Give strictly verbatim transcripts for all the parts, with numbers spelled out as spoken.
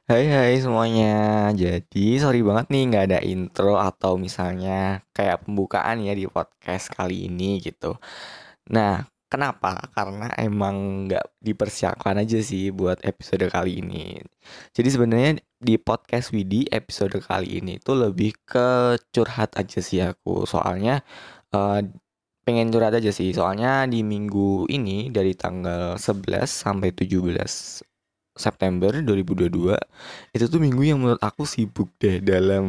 Hai hai semuanya. Jadi sorry banget nih nggak ada intro atau misalnya kayak pembukaan ya di podcast kali ini gitu. Nah, kenapa? Karena emang nggak dipersiapkan aja sih buat episode kali ini. Jadi sebenarnya di podcast Widi episode kali ini tuh lebih ke curhat aja sih aku. Soalnya eh, pengen curhat aja sih. Soalnya di minggu ini dari tanggal sebelas sampai tujuh belas September dua ribu dua puluh dua itu tuh minggu yang menurut aku sibuk deh dalam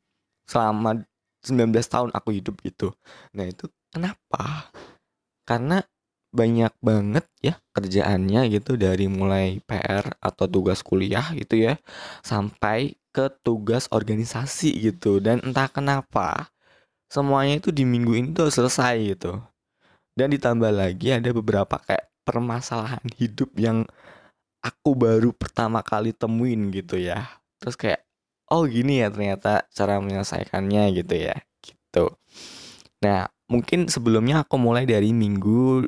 selama sembilan belas tahun aku hidup gitu. Nah, itu kenapa? Karena banyak banget ya kerjaannya gitu dari mulai P R atau tugas kuliah gitu ya sampai ke tugas organisasi gitu dan entah kenapa semuanya itu di minggu ini tuh selesai gitu. Dan ditambah lagi ada beberapa kayak permasalahan hidup yang aku baru pertama kali temuin gitu ya. Terus kayak, oh gini ya ternyata cara menyelesaikannya gitu ya. Gitu. Nah, mungkin sebelumnya aku mulai dari minggu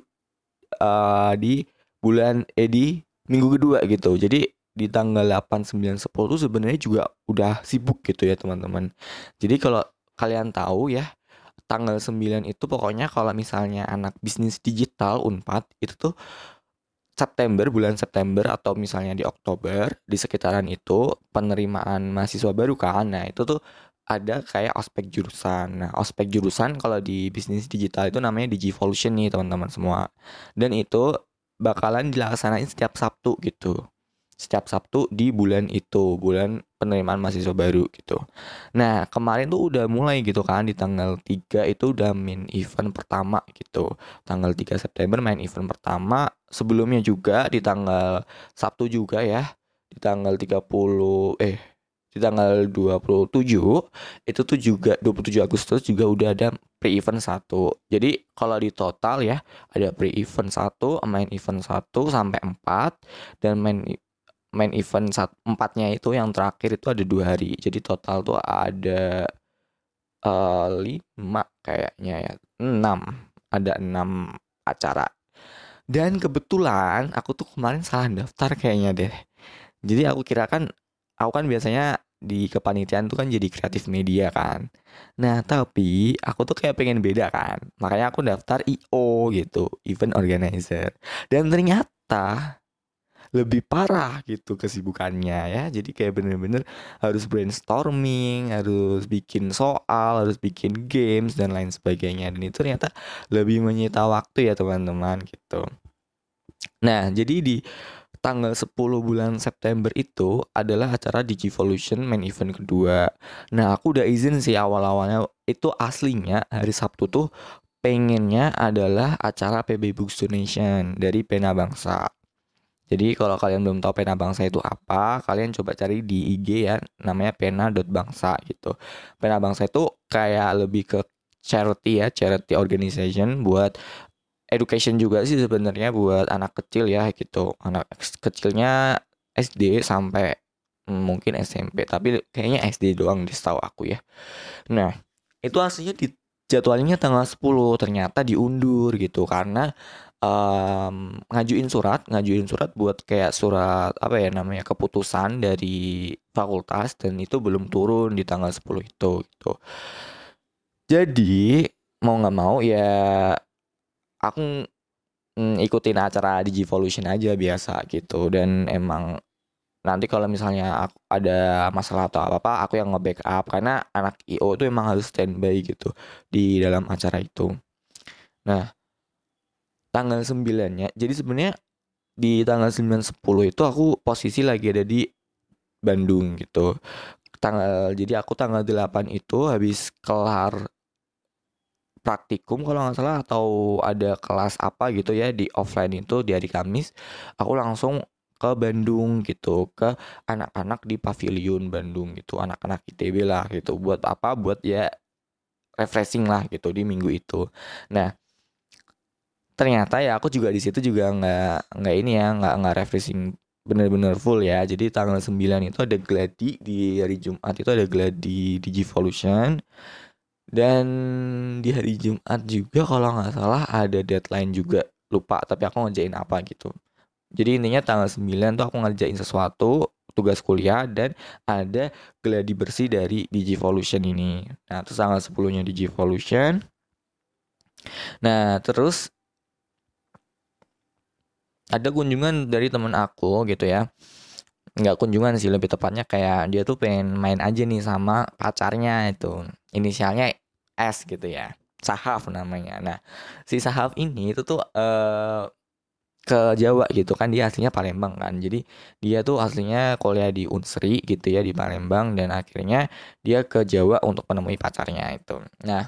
eh, di bulan eh di minggu kedua gitu. Jadi di tanggal delapan, sembilan, sepuluh tuh sebenarnya juga udah sibuk gitu ya teman-teman. Jadi kalau kalian tahu ya, tanggal sembilan itu pokoknya kalau misalnya anak bisnis digital Unpad itu tuh September, bulan September atau misalnya di Oktober, di sekitaran itu penerimaan mahasiswa baru kan. Nah, itu tuh ada kayak ospek jurusan. Nah, ospek jurusan kalau di bisnis digital itu namanya Digivolution nih, teman-teman semua. Dan itu bakalan dilaksanain setiap Sabtu gitu. Setiap Sabtu di bulan itu, bulan penerimaan mahasiswa baru gitu. Nah, kemarin tuh udah mulai gitu kan di tanggal tiga itu udah main event pertama gitu. Tanggal tiga September main event pertama, sebelumnya juga di tanggal Sabtu juga ya. Di tanggal tiga puluh eh di tanggal dua puluh tujuh itu tuh juga dua puluh tujuh Agustus juga udah ada pre-event satu. Jadi kalau di total ya ada pre-event satu, main event satu sampai empat dan main main event saat empatnya itu yang terakhir itu ada dua hari. Jadi total tuh ada eh, lima kayaknya ya, enam, ada enam acara. Dan kebetulan aku tuh kemarin salah daftar kayaknya deh. Jadi aku kira kan, aku kan biasanya di kepanitiaan tuh kan jadi kreatif media kan. Nah, tapi aku tuh kayak pengen beda kan. Makanya aku daftar I O gitu, event organizer. Dan ternyata lebih parah gitu kesibukannya ya. Jadi kayak bener-bener harus brainstorming, harus bikin soal, harus bikin games dan lain sebagainya. Dan itu ternyata lebih menyita waktu ya teman-teman gitu. Nah, jadi di tanggal sepuluh bulan September itu adalah acara Digivolution main event kedua. Nah, aku udah izin sih awal-awalnya itu aslinya hari Sabtu tuh pengennya adalah acara P B Books Donation dari Pena Bangsa. Jadi kalau kalian belum tahu Pena Bangsa itu apa, kalian coba cari di I G ya, namanya pena.bangsa gitu. Pena Bangsa itu kayak lebih ke charity ya, charity organization buat education juga sih sebenarnya buat anak kecil ya gitu. Anak kecilnya S D sampai mm, mungkin S M P, tapi kayaknya S D doang di setahu aku ya. Nah, itu aslinya di jadwalnya tanggal sepuluh ternyata diundur gitu karena em, ngajuin surat, ngajuin surat buat kayak surat apa ya namanya keputusan dari fakultas dan itu belum turun di tanggal sepuluh itu gitu. Jadi mau nggak mau ya aku mm, ikutin acara Digivolution aja biasa gitu dan emang nanti kalau misalnya aku ada masalah atau apa-apa aku yang nge-backup karena anak I O itu emang harus standby gitu di dalam acara itu. Nah, tanggal sembilannya jadi sebenarnya di tanggal sembilan sepuluh itu aku posisi lagi ada di Bandung gitu. Tanggal jadi aku tanggal delapan itu habis kelar praktikum kalau nggak salah atau ada kelas apa gitu ya di offline itu di hari Kamis aku langsung ke Bandung gitu ke anak-anak di Pavilion Bandung gitu anak-anak I T B lah gitu buat apa buat ya refreshing lah gitu di minggu itu. Nah, ternyata ya aku juga di situ juga nggak nggak ini ya nggak nggak refreshing bener-bener full ya. Jadi tanggal sembilan itu ada gladi di hari Jumat itu ada gladi di Givolution dan di hari Jumat juga kalau nggak salah ada deadline juga lupa tapi aku ngerjain apa gitu. Jadi intinya tanggal sembilan tuh aku ngerjain sesuatu tugas kuliah, dan ada gladi bersih dari Digivolution ini. Nah, terus tanggal sepuluhnya Digivolution. Nah, terus ada kunjungan dari temen aku gitu ya. Nggak kunjungan sih, lebih tepatnya kayak dia tuh pengen main aja nih sama pacarnya itu. Inisialnya S gitu ya. Sahaf namanya. Nah, si Sahaf ini itu tuh eh ke Jawa gitu kan, dia aslinya Palembang kan. Jadi dia tuh aslinya kuliah di Unsri gitu ya di Palembang, dan akhirnya dia ke Jawa untuk menemui pacarnya itu. Nah,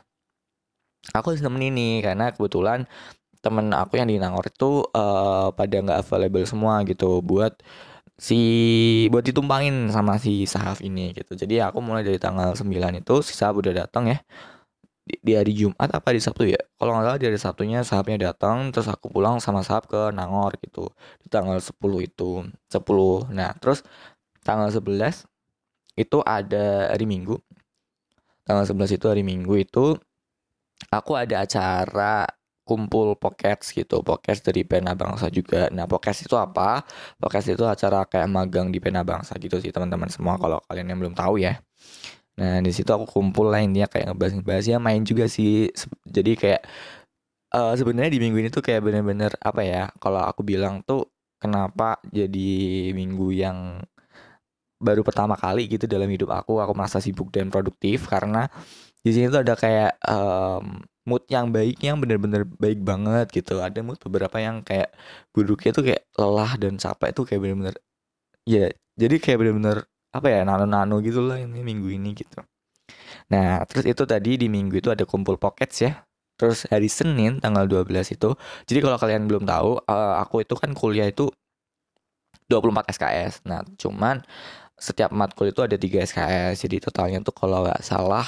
aku harus nemenin nih karena kebetulan temen aku yang di Nangor itu eh, pada nggak available semua gitu buat si buat ditumpangin sama si Sahaf ini gitu. Jadi aku mulai dari tanggal sembilan itu si Sahaf udah datang ya. Di, di hari Jumat apa di Sabtu ya? Kalau nggak salah di hari Sabtunya Sahabnya datang, terus aku pulang sama Sahab ke Nangor gitu. Di tanggal sepuluh itu, sepuluh. Nah, terus tanggal sebelas itu ada hari Minggu. Tanggal sebelas itu hari Minggu itu aku ada acara kumpul Pokets gitu, Pokets dari Pena Bangsa juga. Nah, Pokets itu apa? Pokets itu acara kayak magang di Pena Bangsa gitu sih teman-teman semua, kalau kalian yang belum tahu ya. Nah, di situ aku kumpul lah intinya kayak ngebahas-ngebahas ya, main juga sih. Se- Jadi kayak eh, sebenarnya di minggu ini tuh kayak bener-bener apa ya? Kalau aku bilang tuh kenapa jadi minggu yang baru pertama kali gitu dalam hidup aku, aku merasa sibuk dan produktif karena di sini tuh ada kayak em, mood yang baik, yang bener-bener baik banget gitu. Ada mood beberapa yang kayak buruknya tuh kayak lelah dan capek tuh kayak bener-bener ya. Jadi kayak bener-bener apa ya, nano-nano gitu lah ini minggu ini gitu. Nah, terus itu tadi di minggu itu ada kumpul Pockets ya. Terus hari Senin tanggal dua belas itu. Jadi kalau kalian belum tahu, eh, aku itu kan kuliah itu dua puluh empat S K S. Nah, cuman setiap matkul itu ada tiga S K S. Jadi totalnya tuh kalau nggak salah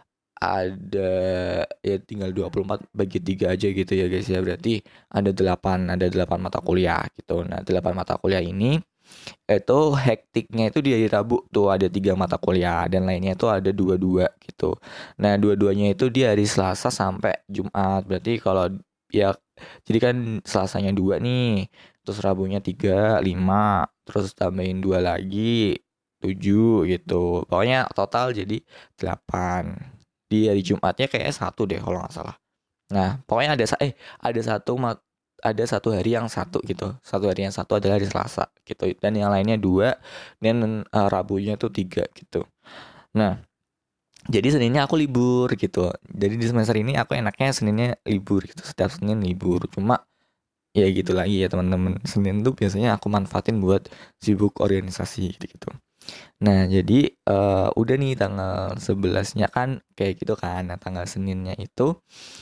ada ya tinggal dua puluh empat bagi tiga aja gitu ya guys ya. Berarti ada delapan ada delapan mata kuliah gitu. Nah, delapan mata kuliah ini itu hektiknya itu di hari Rabu tuh ada tiga mata kuliah, dan lainnya itu ada dua-dua gitu. Nah, dua-duanya itu di hari Selasa sampai Jumat. Berarti kalau ya, jadi kan Selasanya dua nih, terus Rabunya tiga, lima, terus tambahin dua lagi, tujuh gitu. Pokoknya total jadi delapan. Di hari Jumatnya kayaknya satu deh kalau nggak salah. Nah, pokoknya ada sa- eh ada satu ma- ada satu hari yang satu gitu. Satu hari yang satu adalah di Selasa gitu. Dan yang lainnya dua, dan eh, Rabunya tuh tiga gitu. Nah, jadi Seninnya aku libur gitu. Jadi di semester ini aku enaknya Seninnya libur gitu. Setiap Senin libur. Cuma ya gitu lagi ya teman-teman. Senin tuh biasanya aku manfaatin buat sibuk organisasi gitu. Nah, jadi eh, udah nih tanggal sebelasnya kan kayak gitu kan. Nah, tanggal Seninnya itu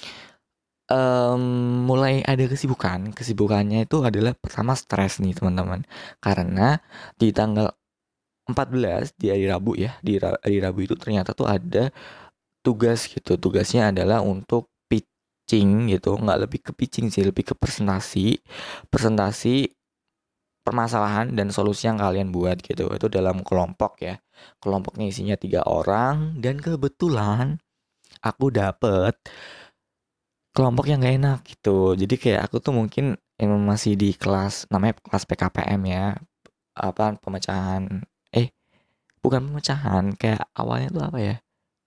Mmm, mulai ada kesibukan. Kesibukannya itu adalah pertama stres nih teman-teman. Karena di tanggal empat belas di hari Rabu ya, di ra hari Rabu itu ternyata tuh ada tugas gitu. Tugasnya adalah untuk pitching gitu, nggak lebih ke pitching sih, lebih ke presentasi. Presentasi permasalahan dan solusi yang kalian buat gitu. Itu dalam kelompok ya. Kelompoknya isinya tiga orang, dan kebetulan aku dapet kelompok yang gak enak gitu. Jadi kayak aku tuh mungkin emang masih di kelas, namanya kelas P K P M ya. Apa pemecahan, eh bukan pemecahan, kayak awalnya tuh apa ya?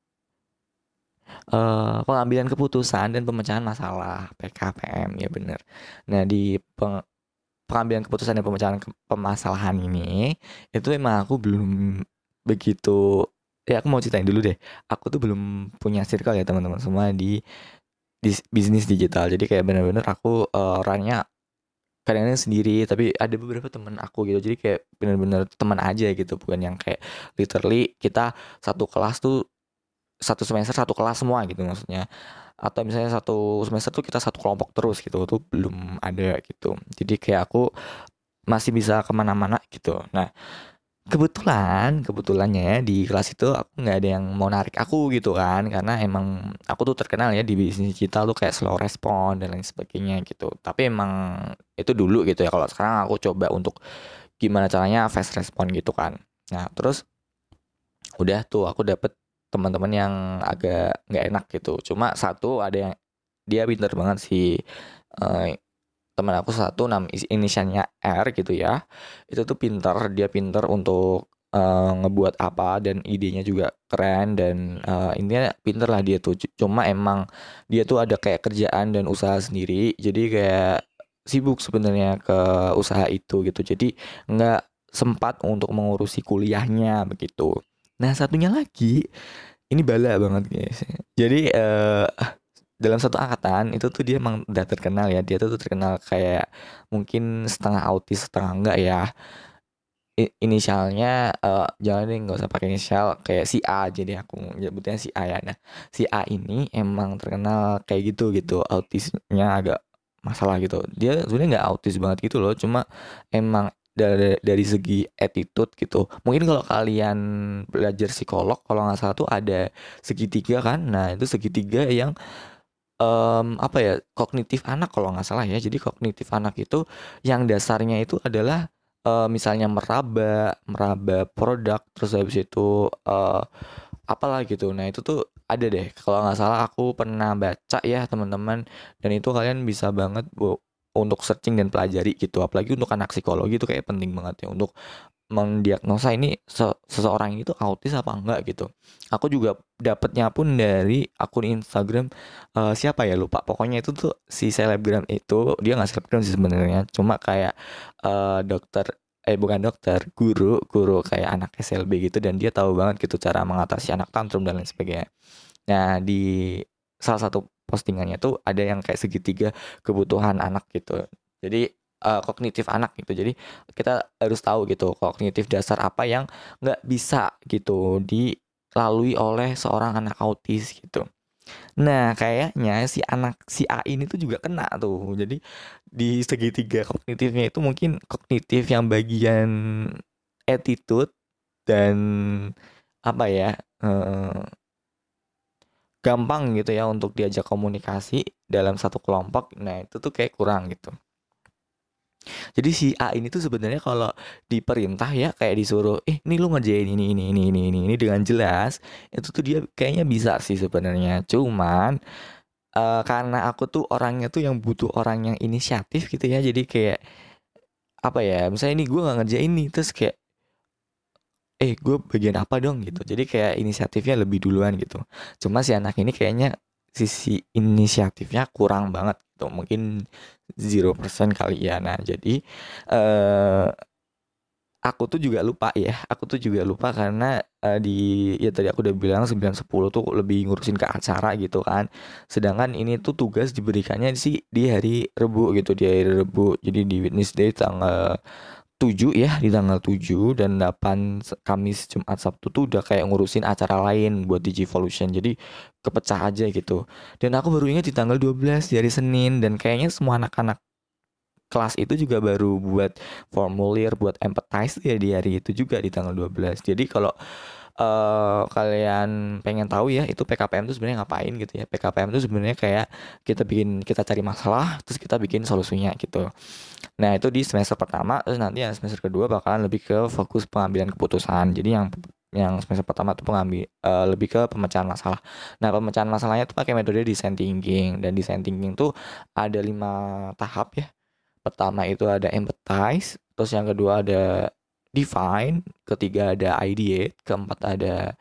Eh pengambilan keputusan dan pemecahan masalah, P K P M ya bener. Nah, di peng- pengambilan keputusan dan pemecahan ke- permasalahan ini itu emang aku belum begitu, ya aku mau ceritain dulu deh. Aku tuh belum punya circle ya teman-teman semua di di bisnis digital. Jadi kayak bener-bener aku eh, orangnya kadang-kadang sendiri, tapi ada beberapa temen aku gitu. Jadi kayak bener-bener teman aja gitu, bukan yang kayak literally kita satu kelas tuh, satu semester satu kelas semua gitu maksudnya. Atau misalnya satu semester tuh kita satu kelompok terus gitu, tuh belum ada gitu. Jadi kayak aku masih bisa kemana-mana gitu. Nah, kebetulan, kebetulannya ya di kelas itu aku nggak ada yang mau narik aku gitu kan, karena emang aku tuh terkenal ya di bisnis digital tuh kayak slow respon dan lain sebagainya gitu. Tapi emang itu dulu gitu ya. Kalau sekarang aku coba untuk gimana caranya fast respon gitu kan. Nah, terus udah tuh aku dapet teman-teman yang agak nggak enak gitu. Cuma satu ada yang dia pinter banget sih, eh, teman aku satu nam is- inisialnya R gitu ya. Itu tuh pinter, dia pinter untuk eh, ngebuat apa dan idenya juga keren dan eh, intinya pinter lah dia tuh. C- Cuma emang dia tuh ada kayak kerjaan dan usaha sendiri, jadi kayak sibuk sebenarnya ke usaha itu gitu. Jadi nggak sempat untuk mengurusi kuliahnya begitu. Nah, satunya lagi ini bala banget guys. Jadi eh dalam satu angkatan itu tuh dia emang udah terkenal ya. Dia tuh, tuh terkenal kayak mungkin setengah autis setengah enggak ya. I- inisialnya eh jangan deh nggak usah pakai inisial kayak si A, jadi aku nyebutnya si A ya. Nah, si A ini emang terkenal kayak gitu gitu, autisnya agak masalah gitu. Dia sebenarnya nggak autis banget gitu loh, cuma emang dari dari segi attitude gitu. Mungkin kalau kalian belajar psikolog, kalau nggak salah tuh ada segitiga kan. Nah, itu segitiga yang em, apa ya, kognitif anak kalau nggak salah ya. Jadi kognitif anak itu yang dasarnya itu adalah eh, misalnya meraba, meraba produk, terus habis itu eh, apalah gitu. Nah itu tuh ada deh. Kalau nggak salah aku pernah baca ya teman-teman. Dan itu kalian bisa banget bu untuk searching dan pelajari gitu. Apalagi untuk anak psikologi itu kayak penting banget ya untuk mendiagnosa ini se- seseorang itu autis apa enggak gitu. Aku juga dapetnya pun dari akun Instagram eh, siapa ya lupa. Pokoknya itu tuh si selebgram itu dia nggak selebgram sih sebenarnya. Cuma kayak eh, dokter eh bukan dokter, guru, guru kayak anak S L B gitu dan dia tahu banget gitu cara mengatasi anak tantrum dan lain sebagainya. Nah, di salah satu postingannya tuh ada yang kayak segitiga kebutuhan anak gitu. Jadi eh, kognitif anak gitu. Jadi kita harus tahu gitu kognitif dasar apa yang nggak bisa gitu dilalui oleh seorang anak autis gitu. Nah, kayaknya si anak si A ini tuh juga kena tuh. Jadi di segitiga kognitifnya itu mungkin kognitif yang bagian attitude dan apa ya, eh, gampang gitu ya untuk diajak komunikasi dalam satu kelompok. Nah, itu tuh kayak kurang gitu. Jadi si A ini tuh sebenarnya kalau diperintah ya kayak disuruh, "Eh, ini lu ngerjain ini ini ini ini ini, ini," dengan jelas, itu tuh dia kayaknya bisa sih sebenarnya. Cuman eh, karena aku tuh orangnya tuh yang butuh orang yang inisiatif gitu ya. Jadi kayak apa ya? Misalnya ini gue nggak ngerjain ini, terus kayak eh gue bagian apa dong gitu, jadi kayak inisiatifnya lebih duluan gitu. Cuma si anak ini kayaknya sisi inisiatifnya kurang banget gitu, mungkin zero persen kali ya. Nah jadi eh aku tuh juga lupa ya, aku tuh juga lupa karena eh, di ya tadi aku udah bilang sembilan sepuluh tuh lebih ngurusin ke acara gitu kan. Sedangkan ini tuh tugas diberikannya sih di hari Rebu gitu, di hari Rebu. Jadi di Wednesday tanggal tujuh ya, di tanggal tujuh dan delapan Se- Kamis Jumat Sabtu tuh udah kayak ngurusin acara lain buat Digivolution. Jadi kepecah aja gitu. Dan aku baru ingat di tanggal dua belas di hari Senin dan kayaknya semua anak-anak kelas itu juga baru buat formulir buat empathize tuh ya di hari itu juga di tanggal dua belas. Jadi kalau eh kalian pengen tahu ya itu P K P M itu sebenarnya ngapain gitu ya. P K P M itu sebenarnya kayak kita bikin kita cari masalah terus kita bikin solusinya gitu. Nah, itu di semester pertama, terus nanti yang semester kedua bakalan lebih ke fokus pengambilan keputusan. Jadi yang yang semester pertama tuh pengambil eh, lebih ke pemecahan masalah. Nah, pemecahan masalahnya tuh pakai metode design thinking dan design thinking tuh ada lima tahap ya. Pertama itu ada empathize, terus yang kedua ada define, ketiga ada ideate, keempat ada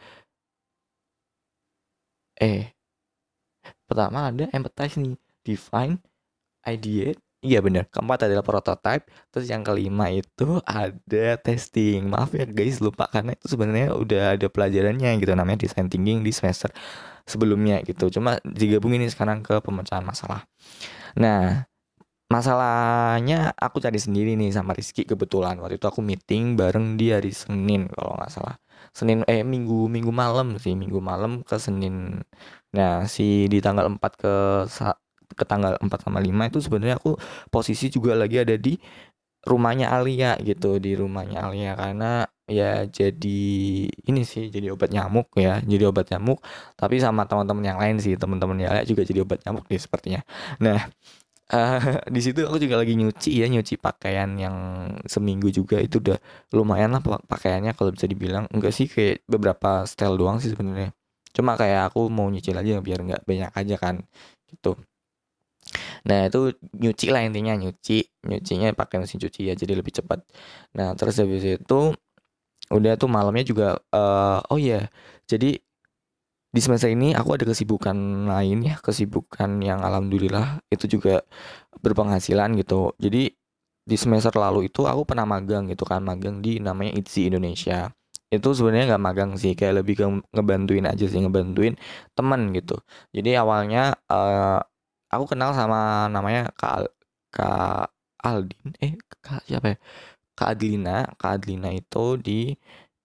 eh pertama ada empathize nih, define, ideate, iya bener. Keempat adalah prototype. Terus yang kelima itu ada testing. Maaf ya guys, lupa karena itu sebenarnya udah ada pelajarannya gitu namanya design thinking di semester sebelumnya gitu. Cuma digabungin ini sekarang ke pemecahan masalah. Nah, masalahnya aku cari sendiri nih sama Rizky kebetulan. Waktu itu aku meeting bareng dia di Senin kalau nggak salah. Senin eh minggu minggu malam sih, minggu malam ke Senin. Nah, si di tanggal empat ke sa- ke tanggal empat sama lima itu sebenarnya aku posisi juga lagi ada di rumahnya Alia gitu, di rumahnya Alia karena ya jadi ini sih jadi obat nyamuk ya, jadi obat nyamuk tapi sama teman-teman yang lain sih, teman-teman Alia juga jadi obat nyamuk nih sepertinya. Nah, eh di situ aku juga lagi nyuci ya, nyuci pakaian yang seminggu juga itu udah lumayan lah pa- pakaiannya kalau bisa dibilang. Enggak sih kayak beberapa style doang sih sebenarnya. Cuma kayak aku mau nyicil aja biar nggak banyak aja kan gitu. Nah, itu nyuci lah intinya, nyuci, nyucinya pakai mesin cuci ya, jadi lebih cepat. Nah, terus habis itu udah tuh malamnya juga eh oh iya, jadi di semester ini aku ada kesibukan lain ya, kesibukan yang alhamdulillah itu juga berpenghasilan gitu. Jadi di semester lalu itu aku pernah magang gitu kan, magang di namanya I T Z I Indonesia. Itu sebenarnya nggak magang sih, kayak lebih ke ngebantuin aja sih, ngebantuin temen gitu. Jadi awalnya eh, aku kenal sama namanya Kak Al- Kak Aldin, eh Kak siapa ya? Kak Adlina, Kak Adlina itu di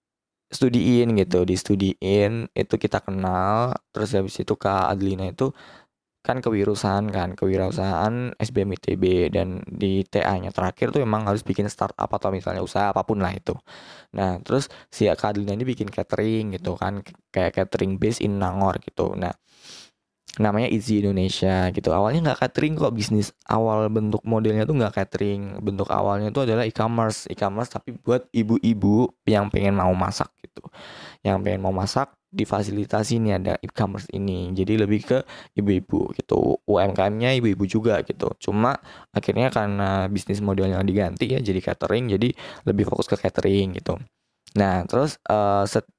studiin gitu, di studiin itu kita kenal, terus habis itu Kak Adlina itu kan kewirausahaan kan, kewirausahaan S B M I T B, dan di T A-nya terakhir tuh emang harus bikin startup atau misalnya usaha apapun lah itu. Nah, terus si Kak Adlina ini bikin catering gitu kan, kayak catering base in Nangor gitu. Nah, namanya Easy Indonesia gitu. Awalnya nggak catering kok, bisnis awal bentuk modelnya tuh nggak catering. Bentuk awalnya tuh adalah e-commerce, e-commerce tapi buat ibu-ibu yang pengen mau masak gitu. Yang pengen mau masak difasilitasi nih ada e-commerce ini. Jadi lebih ke ibu-ibu gitu. U M K M-nya ibu-ibu juga gitu. Cuma akhirnya karena bisnis modelnya diganti ya jadi catering, jadi lebih fokus ke catering gitu. Nah, terus eh, set-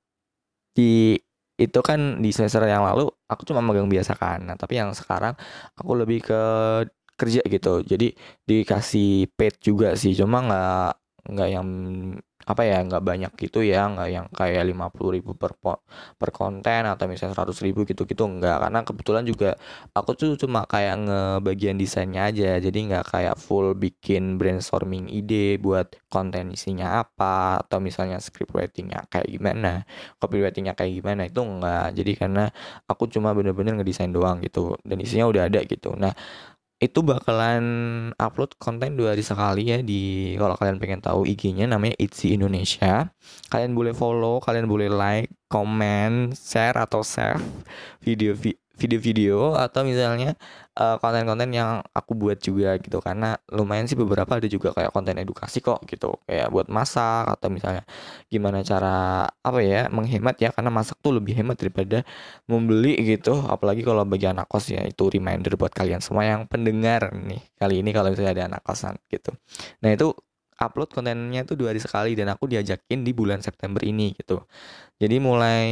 di itu kan di semester yang lalu aku cuma megang biasa kan. Nah, tapi yang sekarang aku lebih ke kerja gitu. Jadi dikasih paid juga sih. Cuma nggak nggak yang apa ya, nggak banyak gitu ya, nggak yang kayak lima puluh ribu per po- per konten atau misalnya seratus ribu gitu-gitu, nggak, karena kebetulan juga aku tuh cuma kayak ngebagian desainnya aja, jadi nggak kayak full bikin brainstorming ide buat konten isinya apa, atau misalnya script writingnya kayak gimana, copywritingnya kayak gimana, itu enggak. Jadi karena aku cuma bener-bener ngedesain doang gitu, dan isinya udah ada gitu. Nah, itu bakalan upload konten dua hari sekali ya, di kalau kalian pengen tahu I G-nya namanya I T Z I Indonesia. Kalian boleh follow, kalian boleh like, comment, share atau save video vi- video-video atau misalnya eh, konten-konten yang aku buat juga gitu, karena lumayan sih beberapa ada juga kayak konten edukasi kok gitu, kayak buat masak atau misalnya gimana cara apa ya menghemat ya, karena masak tuh lebih hemat daripada membeli gitu, apalagi kalau bagi anak kos ya. Itu reminder buat kalian semua yang pendengar nih kali ini, kalau misalnya ada anak kosan gitu. Nah, itu upload kontennya tuh dua hari sekali, dan aku diajakin di bulan September ini gitu. Jadi mulai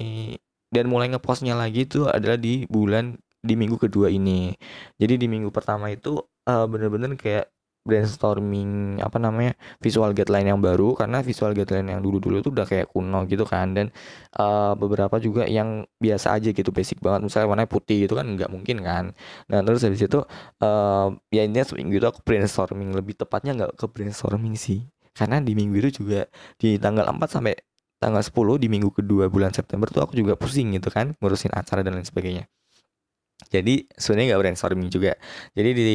dan mulai ngepostnya lagi tuh adalah di bulan di minggu kedua ini. Jadi di minggu pertama itu eh, bener-bener kayak brainstorming apa namanya visual guideline yang baru, karena visual guideline yang dulu-dulu tuh udah kayak kuno gitu kan, dan eh, beberapa juga yang biasa aja gitu, basic banget, misalnya warnanya putih gitu kan nggak mungkin kan. Nah, terus habis itu eh ya intinya seminggu itu aku brainstorming, lebih tepatnya nggak ke brainstorming sih, karena di minggu itu juga di tanggal empat sampai tanggal sepuluh di minggu kedua bulan September tuh aku juga pusing gitu kan, ngurusin acara dan lain sebagainya. Jadi sebenarnya nggak brainstorming juga. Jadi di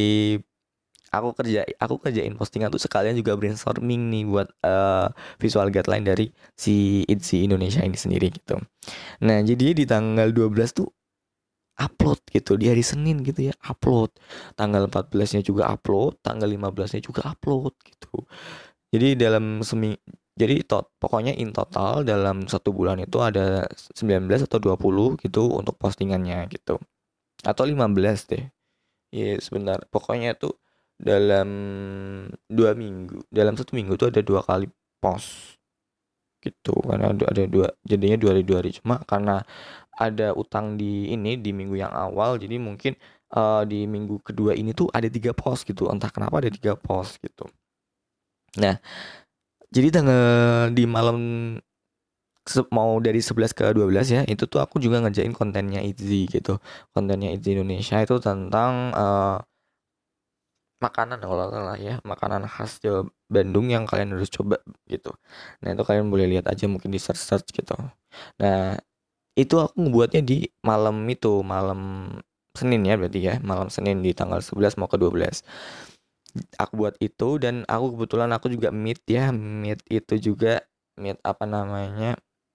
aku kerja aku kerjain postingan tuh sekalian juga brainstorming nih buat eh, visual guideline dari si I T Z I Indonesia ini sendiri gitu. Nah, jadi di tanggal dua belas tuh upload gitu, di hari Senin gitu ya upload. Tanggal empat belasnya juga upload, tanggal lima belasnya juga upload gitu. Jadi dalam semi jadi tot pokoknya in total dalam satu bulan itu ada sembilan belas atau dua puluh gitu untuk postingannya gitu. Atau lima belas deh. Iya, sebentar. Pokoknya itu dalam dua minggu, dalam satu minggu tuh ada dua kali post gitu. Karena ada, ada dua, jadinya dua hari dua hari. Cuma karena ada utang di ini di minggu yang awal, jadi mungkin eh, di minggu kedua ini tuh ada tiga post gitu. Entah kenapa ada tiga post gitu. Nah, jadi tanggal di malam se- mau dari sebelas ke dua belas ya, itu tuh aku juga ngerjain kontennya I T Z I gitu. Kontennya I T Z I Indonesia itu tentang eh, makanan kalau nggak salah ya, makanan khas Jawa Bandung yang kalian harus coba gitu. Nah, itu kalian boleh lihat aja mungkin di search search gitu. Nah, itu aku ngebuatnya di malam itu, malam Senin ya berarti ya, malam Senin di tanggal sebelas mau ke dua belas. Aku buat itu, dan aku kebetulan aku juga meet ya, meet itu juga meet apa namanya?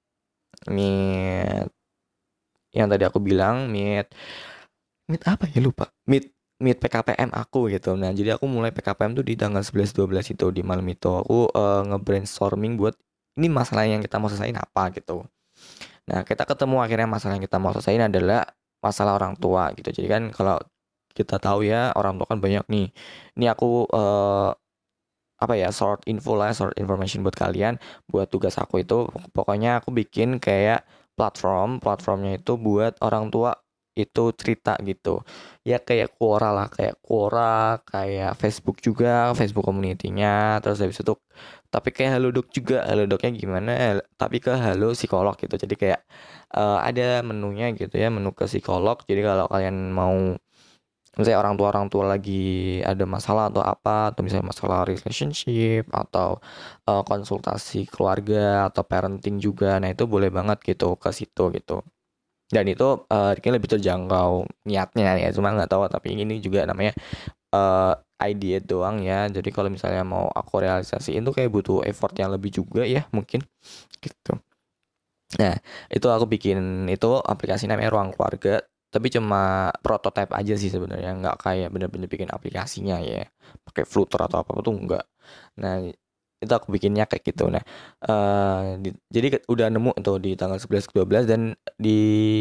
Meet yang tadi aku bilang, meet meet apa ya, lupa. Meet meet P K P M aku gitu. Nah, jadi aku mulai P K P M tuh di tanggal sebelas dua belas itu, di malam itu aku eh, nge-brainstorming buat ini masalah yang kita mau selesaiin apa gitu. Nah, kita ketemu akhirnya masalah yang kita mau selesaiin adalah masalah orang tua gitu. Jadi kan kalau kita tahu ya, orang tua kan banyak nih. Ini aku eh, apa ya, short info lah, short information buat kalian. Buat tugas aku itu pokoknya aku bikin kayak platform, platformnya itu buat orang tua itu cerita gitu. Ya kayak Quora lah, kayak Quora, kayak Facebook juga, Facebook community-nya. Terus habis itu tapi kayak Halodoc juga, Halodocnya gimana? Hal- Tapi ke Halo Psikolog gitu. Jadi kayak eh, ada menunya gitu ya, menu ke psikolog. Jadi kalau kalian mau misalnya orang tua orang tua lagi ada masalah atau apa, atau misalnya masalah relationship atau eh, konsultasi keluarga atau parenting juga, nah itu boleh banget gitu ke situ gitu. Dan itu eh, kayaknya lebih terjangkau niatnya ya, cuma nggak tahu, tapi ini juga namanya eh idea doang ya. Jadi kalau misalnya mau aku realisasiin itu kayak butuh effort yang lebih juga ya mungkin gitu. Nah, itu aku bikin itu aplikasi namanya Ruang Keluarga, tapi cuma prototype aja sih sebenarnya, nggak kayak bener-bener bikin aplikasinya ya, pakai Flutter atau apa tuh enggak. Nah, itu aku bikinnya kayak gitu. Nah, eh di- jadi ke- udah nemu tuh di tanggal sebelas ke dua belas, dan di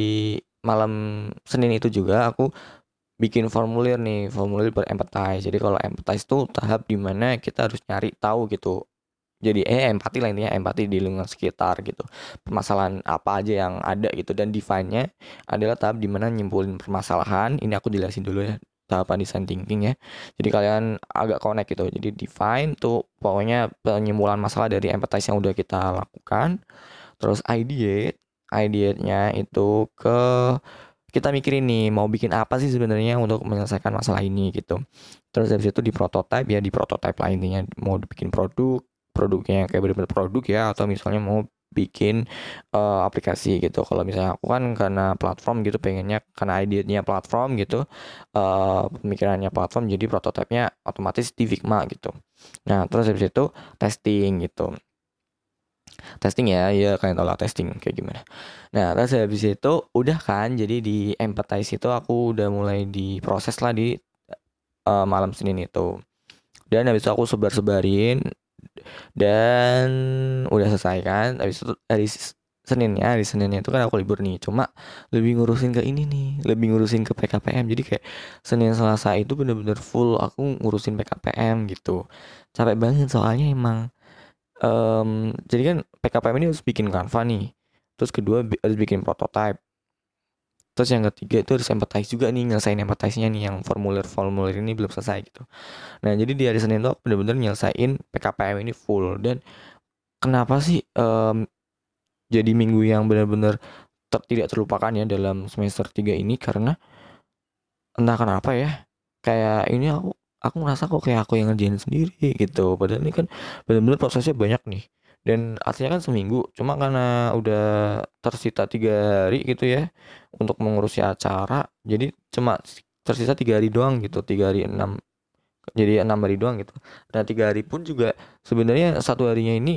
malam Senin itu juga aku bikin formulir nih, formulir buat empathize. Jadi kalau empathize tuh tahap dimana kita harus nyari tahu gitu, jadi eh empati lah, intinya empati di lingkungan sekitar gitu, permasalahan apa aja yang ada gitu, dan define-nya adalah tahap dimana nyimpulin permasalahan. Ini aku jelasin dulu ya tahapan design thinking ya, jadi kalian agak connect gitu. Jadi define tuh pokoknya penyimpulan masalah dari empathize yang udah kita lakukan. Terus ideate, ideate-nya itu ke kita mikirin nih mau bikin apa sih sebenarnya untuk menyelesaikan masalah ini gitu. Terus dari situ di prototype, ya di prototype lah intinya, mau bikin produk, produknya yang kayak bener-bener produk ya, atau misalnya mau bikin eh, aplikasi gitu. Kalau misalnya aku kan karena platform gitu, pengennya karena ide-nya platform gitu, eh pemikirannya platform, jadi prototipenya otomatis di Figma gitu. Nah, terus habis itu testing gitu. Testing ya, ya kalian tau lah testing kayak gimana. Nah, terus habis itu udah kan, jadi di empathize itu aku udah mulai diproses lah di eh, malam Senin itu. Dan habis itu aku sebar-sebarin, dan udah selesai kan. Habis itu hari S- Seninnya, hari Seninnya itu kan aku libur nih. Cuma lebih ngurusin ke ini nih, lebih ngurusin ke P K P M. Jadi kayak Senin Selasa itu bener-bener full aku ngurusin P K P M gitu. Capek banget soalnya emang. Em, jadi kan P K P M ini harus bikin Canva nih. Terus kedua bi- harus bikin prototype. Terus yang ketiga itu harus empathize juga nih, nyelesain empathize-nya nih, yang formulir-formulir ini belum selesai gitu. Nah, jadi di hari Senin tuh aku bener-bener nyelesain P K P M ini full. Dan kenapa sih em, jadi minggu yang bener-bener ter- tidak terlupakan ya dalam semester tiga ini, karena entah kenapa ya, kayak ini aku aku ngerasa kok kayak aku yang ngerjain sendiri gitu, padahal ini kan benar-benar prosesnya banyak nih, dan artinya kan seminggu, cuma karena udah tersita tiga hari gitu ya untuk mengurusi acara, jadi cuma tersisa tiga hari doang gitu, tiga hari enam, jadi enam hari doang gitu. Nah, tiga hari pun juga sebenarnya satu harinya ini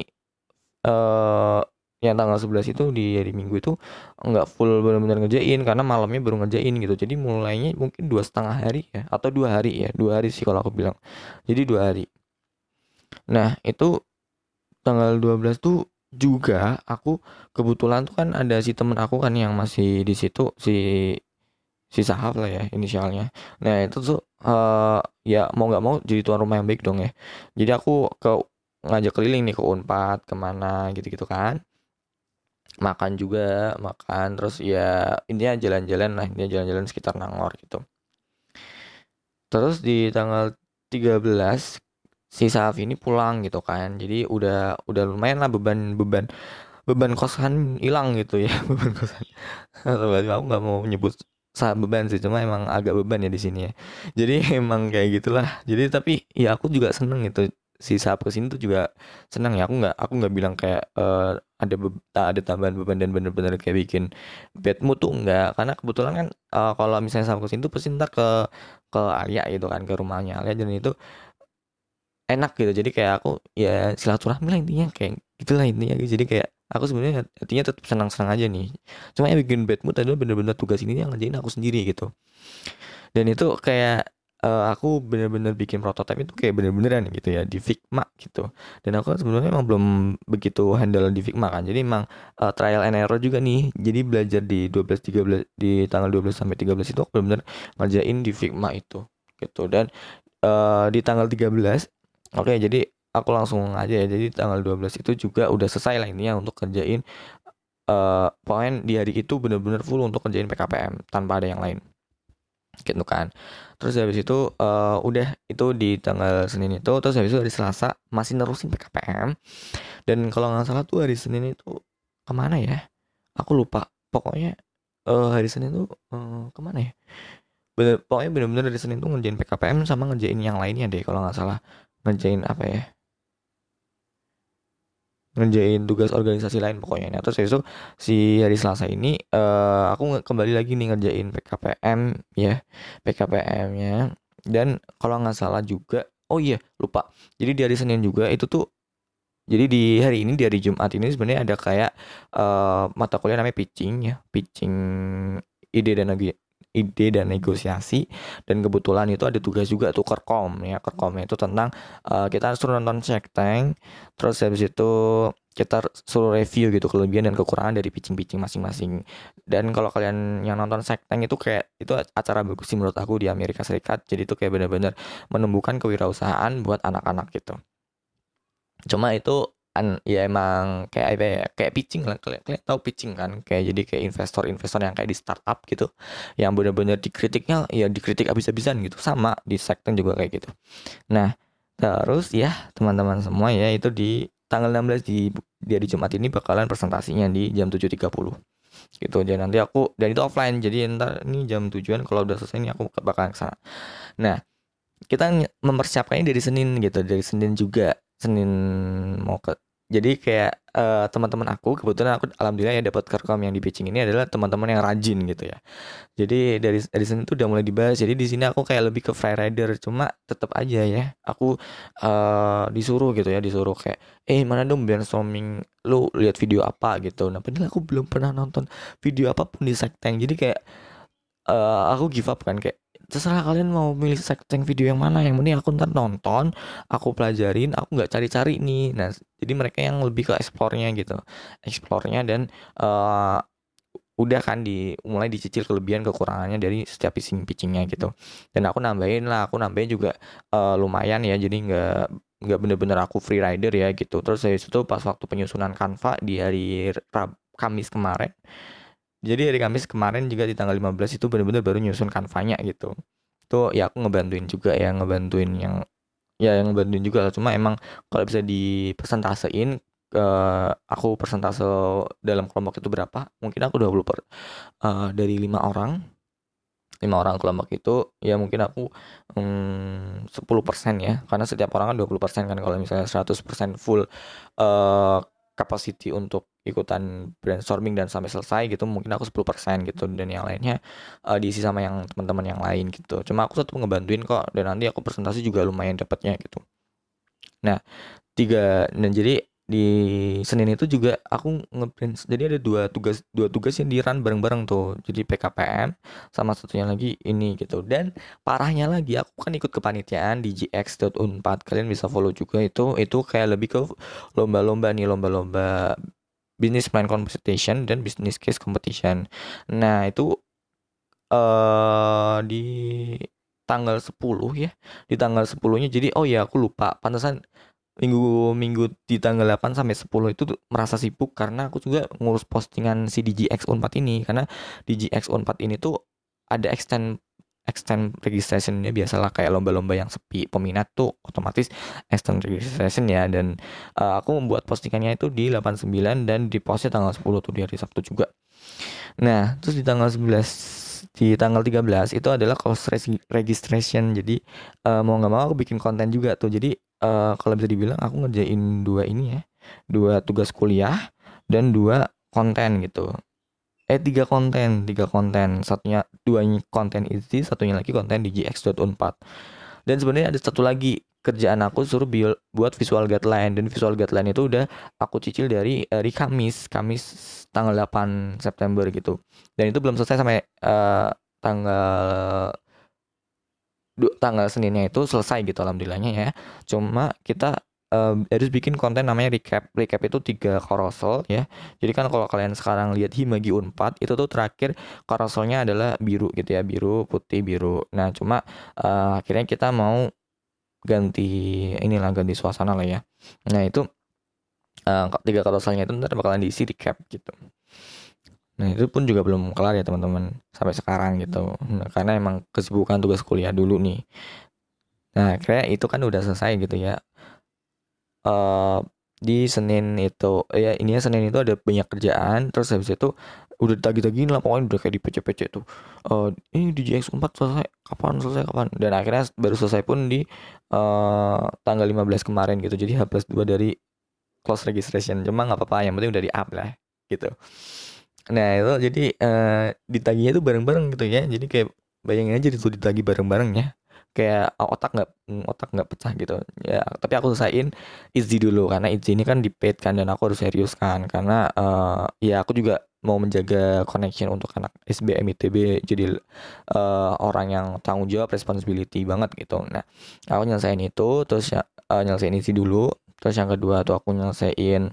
eh yang tanggal sebelas itu di hari Minggu itu nggak full benar-benar ngerjain, karena malamnya baru ngerjain gitu. Jadi mulainya mungkin dua setengah hari ya, atau dua hari ya, dua hari sih kalau aku bilang. Jadi dua hari. Nah, itu tanggal dua belas tuh juga aku kebetulan tuh kan ada si temen aku kan yang masih di situ, si si Sahab lah ya inisialnya. Nah, itu tuh eh ya mau nggak mau jadi tuan rumah yang baik dong ya. Jadi aku ke ngajak keliling nih ke Unpad kemana gitu-gitu kan, makan juga, makan terus ya intinya jalan-jalan lah, intinya jalan-jalan sekitar Nangor gitu. Terus di tanggal tiga belas si Saf ini pulang gitu kan, jadi udah udah lumayan lah beban beban beban kosan hilang gitu ya. Beban kosan atau berarti aku nggak mau nyebut sa beban sih, cuma emang agak beban ya di sini ya. Jadi emang kayak gitulah. Jadi tapi ya aku juga seneng gitu, si saat kesini tuh juga seneng ya. Aku nggak aku nggak bilang kayak eh, ada be- tak ada tambahan beban dan bener-bener kayak bikin bad mood tuh enggak, karena kebetulan kan eh, kalau misalnya sama kesini tuh pasti ntar ke ke Alia gitu kan, ke rumahnya Alia, dan itu enak gitu. Jadi kayak aku ya silaturahmi lah intinya, kayak gitulah intinya gitu. Jadi kayak aku sebenarnya hatinya tetap senang-senang aja nih, cuma yang bikin bad mood adalah bener-bener tugas ini yang ngerjain aku sendiri gitu. Dan itu kayak eee, aku bener-bener bikin prototipe itu kayak bener-beneran gitu ya di Figma gitu. Dan aku kan sebenarnya emang belum begitu handle di Figma kan. Jadi emang, eee, trial and error juga nih. Jadi belajar di dua belas, tiga belas di tanggal dua belas sampai tiga belas itu aku bener-bener ngerjain di Figma itu, gitu. Dan, eee, di tanggal tiga belas oke jadi aku langsung aja ya. Jadi tanggal dua belas itu juga udah selesai lah ini ya untuk kerjain, eee, pokoknya di hari itu bener-bener full untuk kerjain P K P M tanpa ada yang lain. Gitu kan. Terus habis itu, eee, udah itu di tanggal Senin itu, terus habis itu hari Selasa masih nerusin P K P M, dan kalau nggak salah tuh hari Senin itu kemana ya? Aku lupa. Pokoknya, eee, hari Senin tuh, eee, ke ya? Bener pokoknya bener-bener hari Senin tuh ngerjain P K P M sama ngerjain yang lainnya deh kalau nggak salah. Ngerjain apa ya, ngerjain tugas organisasi lain pokoknya. Nah, terus habis itu si hari Selasa ini, eee, aku nge kembali lagi nih ngerjain P K P M ya, P K P M-nya. Dan kalau nggak salah juga oh iya lupa, jadi di hari Senin juga itu tuh jadi di hari ini, di hari Jumat ini sebenarnya ada kayak, eee, mata kuliah namanya pitching ya, pitching ide dan negi ide dan negosiasi. Dan kebetulan itu ada tugas juga tuh Kerkom ya, Kerkomnya itu tentang, eee, kita suruh nonton Shark Tank, terus habis itu kita suruh review gitu kelebihan dan kekurangan dari pitching-pitching masing-masing. Dan kalau kalian yang nonton Shark Tank itu kayak itu acara bagus sih menurut aku di Amerika Serikat. Jadi itu kayak benar-benar menumbuhkan kewirausahaan buat anak-anak gitu. Cuma itu an ya emang kayak apa ya, kayak pitching lah, kalian kalian tahu pitching kan? Kayak jadi kayak investor-investor yang kayak di startup gitu, yang benar-benar dikritiknya ya dikritik habis-habisan gitu, sama di sektor juga kayak gitu. Nah, terus ya teman-teman semua ya itu di tanggal enam belas di di hari Jumat ini bakalan presentasinya di jam tujuh tiga puluh gitu. Dan nanti aku dan itu offline, jadi entar ini jam tujuan kalau udah selesai ini aku bakalan ke sana. Nah, kita mempersiapkannya dari Senin gitu, dari Senin juga, Senin mau ke jadi kayak, eee, teman-teman aku kebetulan aku alhamdulillah ya dapat Kerkom yang di pitching ini adalah teman-teman yang rajin gitu ya. Jadi dari dari Senin tuh udah mulai dibahas, jadi di sini aku kayak lebih ke freerider, cuma tetap aja ya aku, eee, disuruh gitu ya, disuruh kayak, "Eh, mana dong brainstorming lu lihat video apa?" Gitu. Nah, padahal aku belum pernah nonton video apapun di Shark Tank, jadi kayak Eee, aku give up kan kayak, terserah kalian mau milih sekten video yang mana, yang penting aku ntar nonton, aku pelajarin, aku nggak cari-cari nih. Nah, jadi mereka yang lebih ke explore-nya gitu, explore-nya dan, eee, udah kan di mulai dicicil kelebihan kekurangannya dari setiap pitching-pitching-nya gitu. Dan aku nambahin lah, aku nambahin juga, eee, lumayan ya, jadi nggak nggak bener-bener aku free rider ya gitu. Terus dari situ pas waktu penyusunan Canva di hari Rab Kamis kemarin, jadi hari Kamis kemarin juga di tanggal lima belas itu bener-bener baru nyusun kanvanya gitu. Itu ya aku ngebantuin juga ya, ngebantuin yang ya yang ngebantuin juga lah. Cuma emang kalau bisa dipresentasein, eee, aku persentase dalam kelompok itu berapa, mungkin aku dua puluh per eee, dari lima orang, lima orang kelompok itu ya mungkin aku, mmm, sepuluh persen ya, karena setiap orang kan dua puluh persen kan kalau misalnya seratus persen full, eee, capacity untuk ikutan brainstorming dan sampai selesai gitu mungkin aku sepuluh persen gitu, dan yang lainnya, eee, diisi sama yang teman-teman yang lain gitu. Cuma aku tetap ngebantuin kok, dan nanti aku presentasi juga lumayan dapatnya gitu. Nah, tiga dan jadi di Senin itu juga aku ngeprint jadi ada dua tugas dua tugas yang di-run bareng-bareng tuh. Jadi P K P M sama satunya lagi ini gitu. Dan parahnya lagi aku kan ikut kepanitiaan di G X dot unpad. Kalian bisa follow juga itu. Itu kayak lebih ke lomba-lomba nih, lomba-lomba business plan competition dan business case competition. Nah, itu eh di tanggal sepuluh ya. Di tanggal sepuluhnya jadi oh ya aku lupa. Pantesan Minggu minggu di tanggal delapan sampai sepuluh itu tuh merasa sibuk karena aku juga ngurus postingan si di G X Unpad ini, karena di G X Unpad ini tuh ada extend extend registration-nya biasalah kayak lomba-lomba yang sepi peminat tuh otomatis extend registration ya. Dan eh, aku membuat postingannya itu di delapan puluh sembilan dan di postnya tanggal sepuluh tuh di hari Sabtu juga. Nah, terus di tanggal sebelas di tanggal tiga belas itu adalah course regi- registration. Jadi eh, mau nggak mau aku bikin konten juga tuh. Jadi eh, kalau bisa dibilang aku ngerjain dua ini ya, dua tugas kuliah dan dua konten gitu. Eh tiga konten, tiga konten. Satunya dua konten isi, satunya lagi konten di g x dot unpad. Dan sebenarnya ada satu lagi kerjaan aku suruh bil- buat visual guideline, dan visual guideline itu udah aku cicil dari hari Kamis, Kamis tanggal delapan September gitu. Dan itu belum selesai sampai eh, tanggal du tanggal Seninnya itu selesai gitu alhamdulillahnya ya. Cuma kita, eee, harus bikin konten namanya recap. Recap itu tiga carousel ya. Jadi kan kalau kalian sekarang lihat Himagi Unpad itu tuh terakhir carouselnya adalah biru gitu ya, biru, putih, biru. Nah cuma, eee, akhirnya kita mau ganti inilah, ganti suasana lah ya. Nah itu, eee, tiga carouselnya itu entar bakalan diisi recap gitu. Nah itu pun juga belum kelar ya teman-teman, sampai sekarang gitu. Nah, karena emang kesibukan tugas kuliah dulu nih. Nah akhirnya itu kan udah selesai gitu ya. Eee, di Senin itu ya ininya Senin itu ada banyak kerjaan, terus habis itu udah ditagih-tagihin lah pokoknya udah kayak di P C-P C tuh, eee, "Ini di J X empat selesai, kapan selesai kapan?" Dan akhirnya baru selesai pun di, eee, tanggal lima belas kemarin gitu. Jadi H plus dua dari close registration, cuma nggak apa-apa yang penting udah di-up lah gitu. Nah itu jadi, eee, ditagihnya tuh bareng-bareng gitu ya. Jadi kayak bayangin aja itu ditagih bareng-bareng ya. Kayak otak nggak mmm, otak nggak pecah gitu. Ya tapi aku selesaiin Izzy dulu karena Izzy ini kan di-paid kan dan aku harus serius kan. Karena, eee, ya aku juga mau menjaga connection untuk anak S B M I T B jadi, eee, orang yang tanggung jawab, responsibility banget gitu. Nah, aku nyelesain itu terus ya, eee, nyelesain Izzy dulu, terus yang kedua tuh aku nyelesain,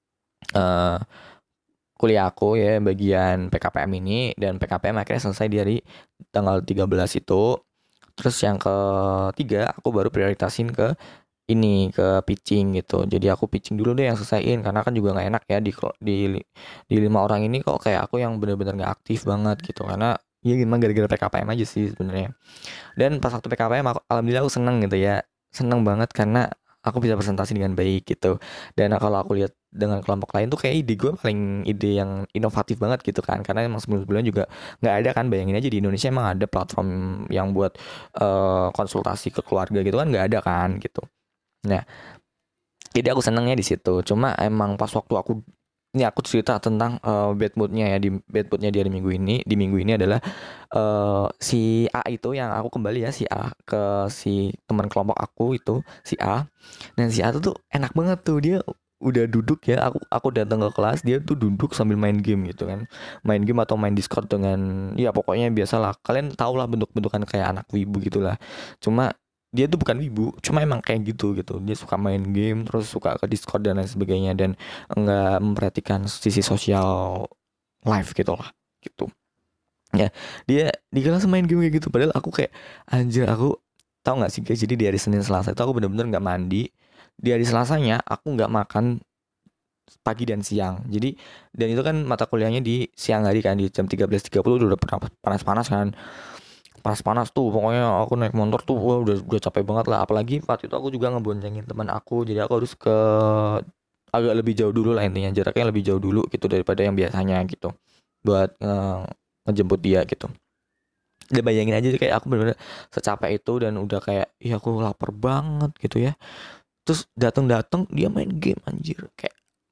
eee kuliah aku ya bagian P K P M ini dan P K P M akhirnya selesai dari tanggal tiga belas itu. Terus yang ketiga aku baru prioritasin ke ini, ke pitching gitu. Jadi aku pitching dulu deh yang selesaiin karena kan juga nggak enak ya di di di lima orang ini kok kayak aku yang bener-bener nggak aktif banget gitu. Karena ya gimana gara-gara P K P M aja sih sebenarnya. Dan pas waktu P K P M aku alhamdulillah aku seneng gitu ya. Seneng banget karena aku bisa presentasi dengan baik gitu. Dan kalau aku lihat dengan kelompok lain tuh kayak ide gue paling ide yang inovatif banget gitu kan. Karena emang sebelum-sebelumnya juga nggak ada kan, bayangin aja di Indonesia emang ada platform yang buat eh, konsultasi ke keluarga gitu kan nggak ada kan gitu. Nah, jadi aku senengnya di situ. Cuma emang pas waktu aku ini aku cerita tentang eh, bad moodnya ya di bad moodnya dia di minggu ini di minggu ini adalah eh, si A itu yang aku kembali ya si A ke si teman kelompok aku itu si A. Dan si A tuh, tuh enak banget tuh dia udah duduk ya aku aku datang ke kelas dia tuh duduk sambil main game gitu kan, main game atau main Discord dengan ya pokoknya biasalah kalian tau lah bentuk-bentukan kayak anak wibu gitulah. Cuma dia tuh bukan wibu, cuma emang kayak gitu gitu. Dia suka main game, terus suka ke Discord dan lain sebagainya dan enggak memperhatikan sisi sosial life gitu lah, gitu. Ya, dia di kelas main game kayak gitu. Padahal aku kayak anjir aku tahu nggak sih guys. Jadi di hari Senin Selasa itu aku bener-bener nggak mandi. Di hari Selasanya aku nggak makan pagi dan siang. Jadi dan itu kan mata kuliahnya di siang hari kan di jam tiga belas tiga puluh udah panas-panas kan. Panas-panas tuh pokoknya aku naik motor tuh wah udah udah capek banget lah apalagi waktu itu aku juga ngeboncengin teman aku jadi aku harus ke agak lebih jauh dulu lah intinya jaraknya lebih jauh dulu gitu daripada yang biasanya gitu buat eh, ngejemput dia gitu. Udah bayangin aja kayak aku bener-bener secapek itu dan udah kayak iya aku lapar banget gitu ya. Terus datang-datang dia main game anjir kayak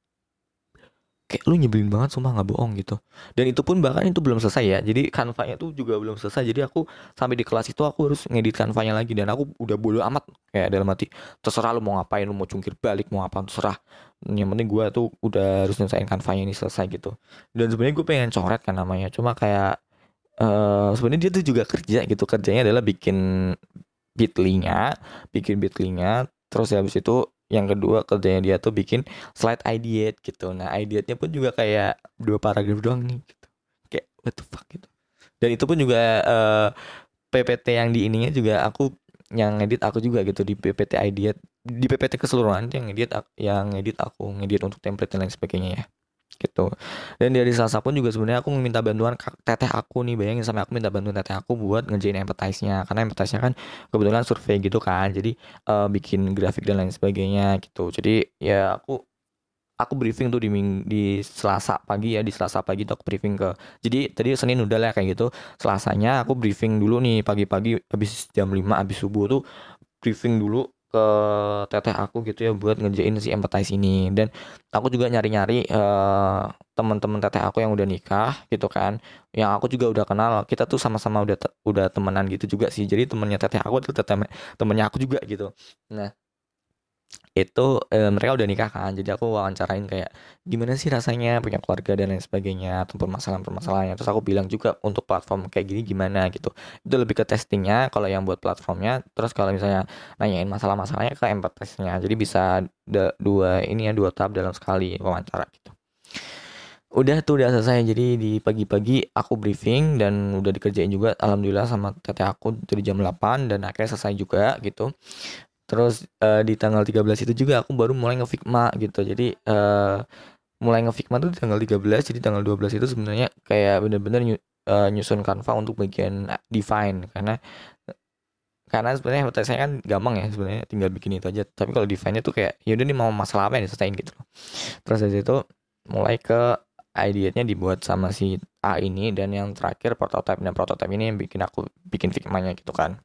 kayak lu nyebelin banget sumpah nggak bohong gitu. Dan itu pun bahkan itu belum selesai ya. Jadi kanvanya tuh juga belum selesai. Jadi aku sampai di kelas itu aku harus ngedit kanvanya lagi dan aku udah bodo amat kayak dalam hati terserah lu mau ngapain lu mau cungkir balik mau apa terserah. Yang penting gue tuh udah harus nyelesain kanvanya ini selesai gitu. Dan sebenarnya gue pengen coret kan namanya. Cuma kayak eh sebenarnya dia tuh juga kerja gitu. Kerjanya adalah bikin bitly-nya, bikin bitly-nya terus habis itu yang kedua kerjanya dia tuh bikin slide ideate gitu. Nah, ideate-nya pun juga kayak dua paragraf doang nih gitu. Kayak what the fuck gitu. Dan itu pun juga eh, P P T yang di ininya juga aku yang ngedit aku juga gitu di P P T ideate di P P T keseluruhan yang ngedit ak- yang ngedit aku ngedit untuk template dan lain sebagainya ya gitu. Dan dari Selasa pun juga sebenarnya aku minta bantuan kak- teteh aku nih bayangin sampai aku minta bantuan teteh aku buat ngerjain empathize-nya karena empathize-nya kan kebetulan survei gitu kan jadi eh, bikin grafik dan lain sebagainya gitu jadi ya aku aku briefing tuh di ming di Selasa pagi ya di Selasa pagi tuh aku briefing ke jadi tadi Senin udah lah kayak gitu Selasanya aku briefing dulu nih pagi-pagi habis jam lima habis subuh tuh briefing dulu ke teteh aku gitu ya buat ngerjain si empathize ini dan aku juga nyari-nyari eh, teman-teman teteh aku yang udah nikah gitu kan yang aku juga udah kenal kita tuh sama-sama udah te- udah temenan gitu juga sih jadi temennya teteh aku adalah teteh temennya aku juga gitu. Nah Itu, eee, mereka udah nikah kan, jadi aku wawancarain kayak, "Gimana sih rasanya punya keluarga dan lain sebagainya, atau permasalahan-permasalahannya." Terus aku bilang juga untuk platform kayak gini gimana gitu. Itu lebih ke testingnya kalau yang buat platformnya, terus kalau misalnya nanyain masalah-masalahnya ke empathisnya. Jadi bisa da dua ini ya, dua tahap dalam sekali wawancara gitu. Udah tuh udah selesai, jadi di pagi-pagi aku briefing dan udah dikerjain juga alhamdulillah sama teteh aku dari jam delapan dan akhirnya selesai juga gitu. Terus, eee, di tanggal tiga belas itu juga aku baru mulai nge-Figma gitu. Jadi, eee, mulai nge-Figma tuh di tanggal tiga belas, jadi tanggal dua belas itu sebenarnya kayak bener-bener nyu eee, nyusun Canva untuk bagian a define karena karena sebenarnya advertising kan gampang ya sebenarnya tinggal bikin itu aja. Tapi kalau define-nya tuh kayak, ya udah nih mau masalah apa yang diselesain gitu loh. Terus dari situ mulai ke idenya dibuat sama si A ini dan yang terakhir prototype. Dan prototype ini yang bikin aku bikin Figma-nya gitu kan.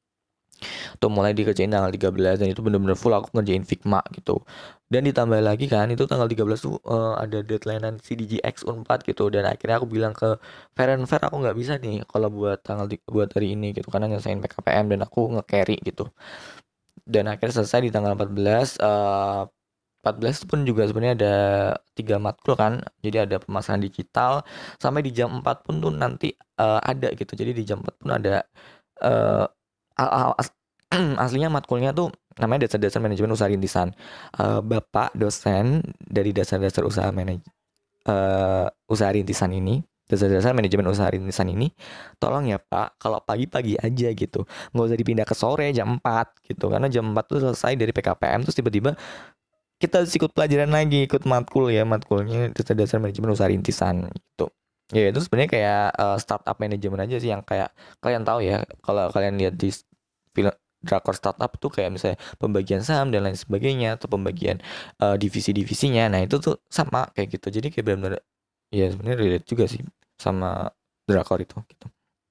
Tuh mulai dikerjain tanggal tiga belas dan itu bener-bener full aku ngerjain Figma gitu. Dan ditambah lagi kan itu tanggal tiga belas tuh eh, ada deadline C D G X U empat gitu dan akhirnya aku bilang ke Feren Fer aku nggak bisa nih kalau buat tanggal di- buat hari ini gitu karena nyelesain P K P M dan aku nge-carry gitu. Dan akhirnya selesai di tanggal empat belas eh empat belas pun juga sebenarnya ada tiga matkul kan. Jadi ada pemasaran digital sampai di jam empat pun tuh nanti eh, ada gitu. Jadi di jam empat pun ada eh a- a- as- aslinya matkulnya tuh namanya dasar-dasar manajemen usaha rintisan. Eh, Bapak dosen dari dasar-dasar usaha manaj eh, usaha rintisan ini, dasar-dasar manajemen usaha rintisan ini, tolong ya Pak, kalau pagi-pagi aja gitu, nggak usah dipindah ke sore jam empat gitu, karena jam empat tuh selesai dari P K P M, terus tiba-tiba kita harus ikut pelajaran lagi, ikut matkul ya, matkulnya dasar-dasar manajemen usaha rintisan gitu. Ya itu sebenarnya kayak eh, startup manajemen aja sih yang kayak kalian tahu ya, kalau kalian lihat di s- film drakor startup tuh kayak misalnya pembagian saham dan lain sebagainya atau pembagian eh, divisi-divisinya. Nah, itu tuh sama kayak gitu. Jadi kayak benar-benar ya sebenarnya relate juga sih sama drakor itu gitu.